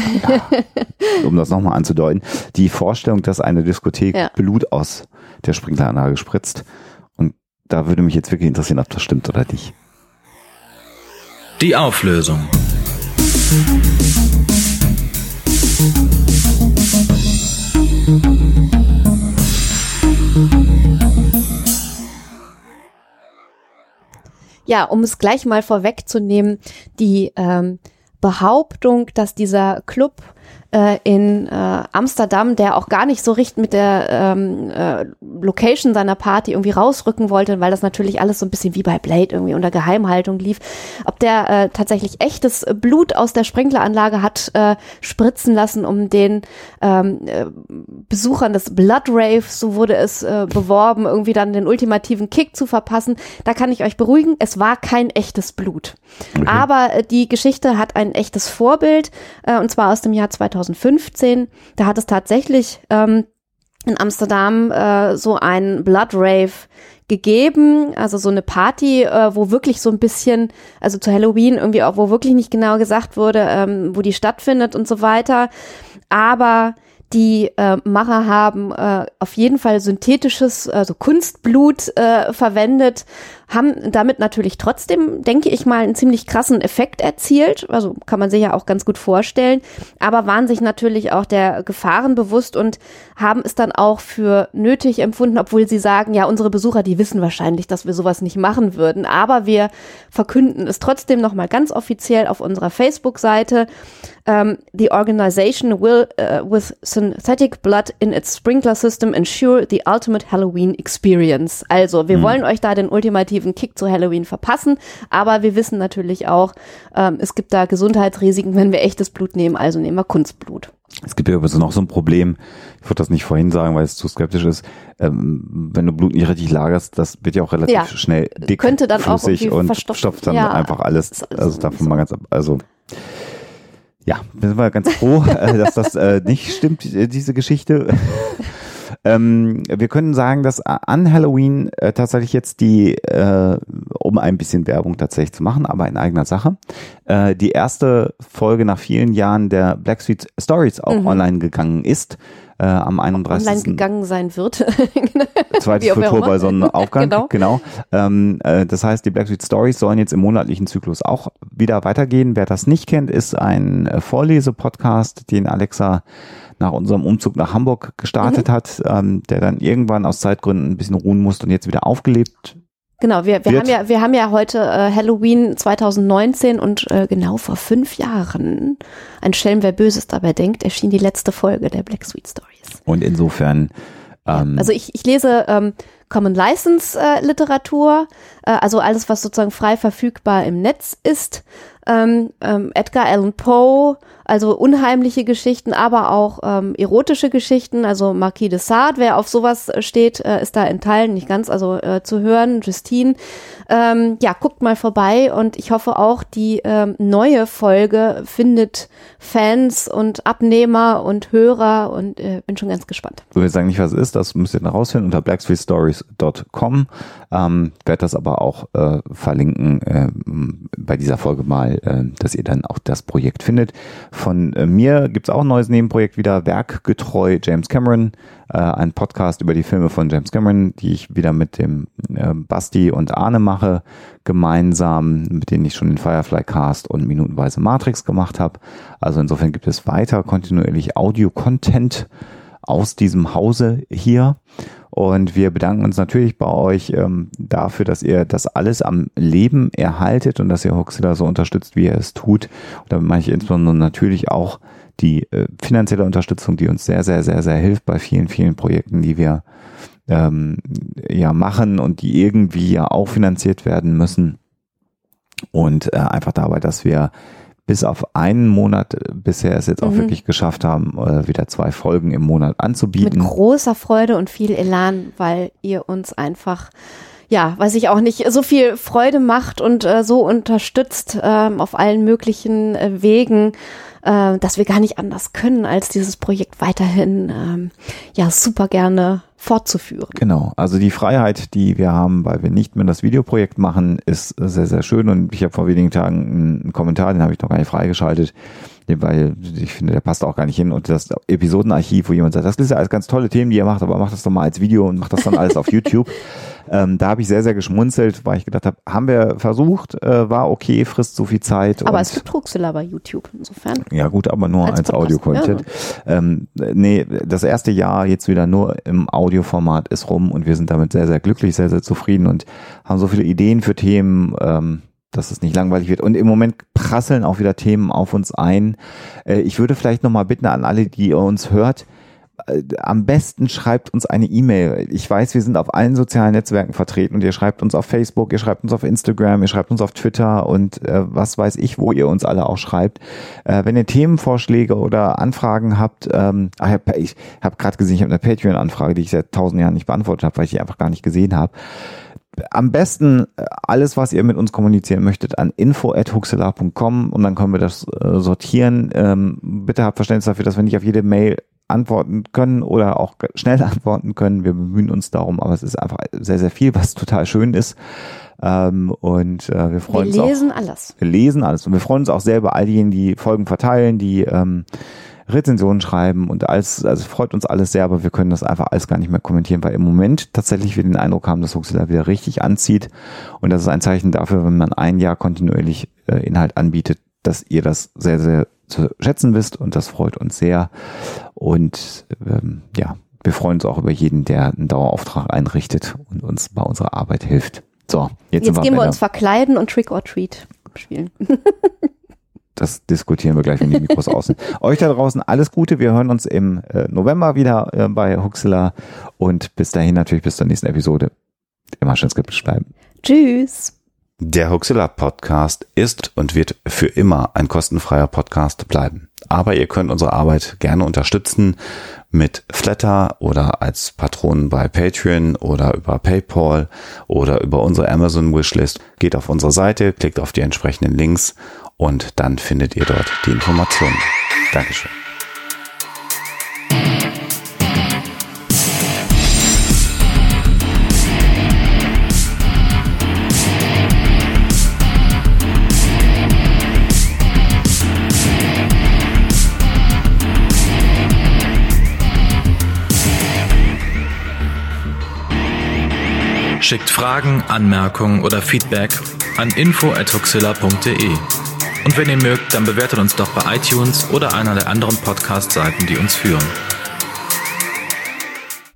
S2: um das nochmal anzudeuten, die Vorstellung, dass eine Diskothek ja. Blut aus der Sprinkleranlage spritzt. Und da würde mich jetzt wirklich interessieren, ob das stimmt oder nicht.
S4: Die Auflösung.
S3: Ja, um es gleich mal vorwegzunehmen, die ähm, Behauptung, dass dieser Club äh, in äh, Amsterdam, der auch gar nicht so richtig mit der ähm, äh, Location seiner Party irgendwie rausrücken wollte, weil das natürlich alles so ein bisschen wie bei Blade irgendwie unter Geheimhaltung lief, ob der äh, tatsächlich echtes Blut aus der Sprinkleranlage hat äh, spritzen lassen, um den ähm, äh, Besuchern des Blood Rave, so wurde es äh, beworben, irgendwie dann den ultimativen Kick zu verpassen. Da kann ich euch beruhigen, es war kein echtes Blut. Okay. Aber äh, die Geschichte hat ein echtes Vorbild, äh, und zwar aus dem Jahr zweitausendfünfzehn. Da hat es tatsächlich ähm, in Amsterdam äh, so ein Blood Rave gegeben, also so eine Party, äh, wo wirklich so ein bisschen, also zu Halloween irgendwie auch, wo wirklich nicht genau gesagt wurde, ähm, wo die stattfindet und so weiter. Aber die äh, Macher haben äh, auf jeden Fall synthetisches, also Kunstblut äh, verwendet, haben damit natürlich trotzdem, denke ich mal, einen ziemlich krassen Effekt erzielt. Also kann man sich ja auch ganz gut vorstellen, aber waren sich natürlich auch der Gefahren bewusst und haben es dann auch für nötig empfunden, obwohl sie sagen, ja, unsere Besucher, die wissen wahrscheinlich, dass wir sowas nicht machen würden, aber wir verkünden es trotzdem nochmal ganz offiziell auf unserer Facebook-Seite. Um, the organization will, uh, with synthetic blood in its sprinkler system, ensure the ultimate Halloween experience. Also, wir mhm. wollen euch da den ultimativen Kick zu Halloween verpassen, aber wir wissen natürlich auch, ähm, es gibt da Gesundheitsrisiken, wenn wir echtes Blut nehmen, also nehmen wir Kunstblut.
S2: Es gibt ja übrigens noch so ein Problem, ich würde das nicht vorhin sagen, weil es zu skeptisch ist, ähm, wenn du Blut nicht richtig lagerst, das wird ja auch relativ ja, schnell dick,
S3: könnte dann
S2: flüssig
S3: auch
S2: und stopft dann
S3: ja,
S2: einfach alles, also davon mal ganz ab, also ja, wir sind mal ganz froh, dass das äh, nicht stimmt, diese Geschichte. Ähm, wir können sagen, dass an Halloween äh, tatsächlich jetzt die, äh, um ein bisschen Werbung tatsächlich zu machen, aber in eigener Sache, äh, die erste Folge nach vielen Jahren der Black Sweet Stories auch mhm. online gegangen ist. Äh, am einunddreißigsten
S3: online gegangen sein wird.
S2: Zweites Kultur bei Sonnenaufgang, genau. genau. Ähm, äh, das heißt, die Black Sweet Stories sollen jetzt im monatlichen Zyklus auch wieder weitergehen. Wer das nicht kennt, ist ein äh, Vorlesepodcast, den Alexa nach unserem Umzug nach Hamburg gestartet mhm. hat, ähm, der dann irgendwann aus Zeitgründen ein bisschen ruhen musste und jetzt wieder aufgelebt.
S3: Genau, wir, wir haben ja, wir haben ja heute äh, Halloween zwanzig neunzehn und äh, genau vor fünf Jahren, ein Schelm, wer Böses dabei denkt, erschien die letzte Folge der Black Sweet Stories.
S2: Und insofern ähm,
S3: ja, also ich, ich lese ähm, Common License äh, Literatur, äh, also alles, was sozusagen frei verfügbar im Netz ist. Ähm, ähm, Edgar Allan Poe, also unheimliche Geschichten, aber auch ähm, erotische Geschichten, also Marquis de Sade, wer auf sowas steht, äh, ist da in Teilen nicht ganz, also äh, zu hören, Justine. Ähm, ja, guckt mal vorbei und ich hoffe auch, die ähm, neue Folge findet Fans und Abnehmer und Hörer und äh, bin schon ganz gespannt.
S2: Ich will sagen nicht, was es ist, das müsst ihr dann rausfinden unter black sweet stories dot com. Ähm, werde das aber auch äh, verlinken äh, bei dieser Folge mal, äh, dass ihr dann auch das Projekt findet. Von äh, mir gibt's auch ein neues Nebenprojekt wieder, Werkgetreu James Cameron, äh, ein Podcast über die Filme von James Cameron, die ich wieder mit dem äh, Basti und Arne mache, gemeinsam, mit denen ich schon den Firefly Cast und minutenweise Matrix gemacht habe. Also insofern gibt es weiter kontinuierlich Audio-Content aus diesem Hause hier. Und wir bedanken uns natürlich bei euch ähm, dafür, dass ihr das alles am Leben erhaltet und dass ihr Huxilla so unterstützt, wie ihr es tut. Und damit meine ich insbesondere natürlich auch die äh, finanzielle Unterstützung, die uns sehr, sehr, sehr, sehr hilft bei vielen, vielen Projekten, die wir ähm, ja machen und die irgendwie ja auch finanziert werden müssen. Und äh, einfach dabei, dass wir bis auf einen Monat bisher es jetzt auch mhm. wirklich geschafft haben, äh, wieder zwei Folgen im Monat anzubieten.
S3: Mit großer Freude und viel Elan, weil ihr uns einfach, ja, weiß ich auch nicht, so viel Freude macht und äh, so unterstützt ähm, auf allen möglichen äh, Wegen, äh, dass wir gar nicht anders können, als dieses Projekt weiterhin ähm, ja super gerne fortzuführen.
S2: Genau, also die Freiheit, die wir haben, weil wir nicht mehr das Videoprojekt machen, ist sehr, sehr schön und ich habe vor wenigen Tagen einen Kommentar, den habe ich noch gar nicht freigeschaltet, weil ich finde, der passt auch gar nicht hin und das Episodenarchiv, wo jemand sagt, das ist ja alles ganz tolle Themen, die ihr macht, aber macht das doch mal als Video und macht das dann alles auf YouTube. Ähm, da habe ich sehr, sehr geschmunzelt, weil ich gedacht habe, haben wir versucht, äh, war okay, frisst so viel Zeit.
S3: Aber
S2: und
S3: es gibt Huxilla bei YouTube insofern.
S2: Ja gut, aber nur als, als Audio-Content. Ja. Ähm, nee, das erste Jahr jetzt wieder nur im Audioformat ist rum und wir sind damit sehr, sehr glücklich, sehr, sehr zufrieden und haben so viele Ideen für Themen, ähm, dass es nicht langweilig wird. Und im Moment prasseln auch wieder Themen auf uns ein. Äh, ich würde vielleicht nochmal bitten an alle, die ihr uns hört, am besten schreibt uns eine E-Mail. Ich weiß, wir sind auf allen sozialen Netzwerken vertreten und ihr schreibt uns auf Facebook, ihr schreibt uns auf Instagram, ihr schreibt uns auf Twitter und äh, was weiß ich, wo ihr uns alle auch schreibt. Äh, wenn ihr Themenvorschläge oder Anfragen habt, ähm, ach, ich habe gerade gesehen, ich habe eine Patreon-Anfrage, die ich seit tausend Jahren nicht beantwortet habe, weil ich die einfach gar nicht gesehen habe. Am besten alles, was ihr mit uns kommunizieren möchtet, an info at huxilla punkt com und dann können wir das äh, sortieren. Ähm, bitte habt Verständnis dafür, dass wir nicht auf jede Mail antworten können oder auch schnell antworten können. Wir bemühen uns darum, aber es ist einfach sehr, sehr viel, was total schön ist. Ähm, und äh, wir freuen uns auch. Wir
S3: lesen alles.
S2: Wir lesen alles und wir freuen uns auch sehr über all diejenigen, die Folgen verteilen, die ähm, Rezensionen schreiben und alles, also freut uns alles sehr, aber wir können das einfach alles gar nicht mehr kommentieren, weil im Moment tatsächlich wir den Eindruck haben, dass Huxilla wieder richtig anzieht und das ist ein Zeichen dafür, wenn man ein Jahr kontinuierlich äh, Inhalt anbietet, dass ihr das sehr, sehr zu schätzen wisst und das freut uns sehr und ähm, ja, wir freuen uns auch über jeden, der einen Dauerauftrag einrichtet und uns bei unserer Arbeit hilft. So, jetzt,
S3: jetzt
S2: wir
S3: gehen wir uns verkleiden und Trick or Treat spielen.
S2: Das diskutieren wir gleich, wenn die Mikros aus sind. Euch da draußen alles Gute. Wir hören uns im äh, November wieder äh, bei Huxilla und bis dahin natürlich bis zur nächsten Episode. Immer schön skeptisch bleiben.
S3: Tschüss.
S5: Der Huxilla Podcast ist und wird für immer ein kostenfreier Podcast bleiben. Aber ihr könnt unsere Arbeit gerne unterstützen mit Flatter oder als Patronen bei Patreon oder über PayPal oder über unsere Amazon Wishlist. Geht auf unsere Seite, klickt auf die entsprechenden Links und dann findet ihr dort die Informationen. Dankeschön.
S4: Schickt Fragen, Anmerkungen oder Feedback an info at huxilla punkt de. Und wenn ihr mögt, dann bewertet uns doch bei iTunes oder einer der anderen Podcast-Seiten, die uns führen.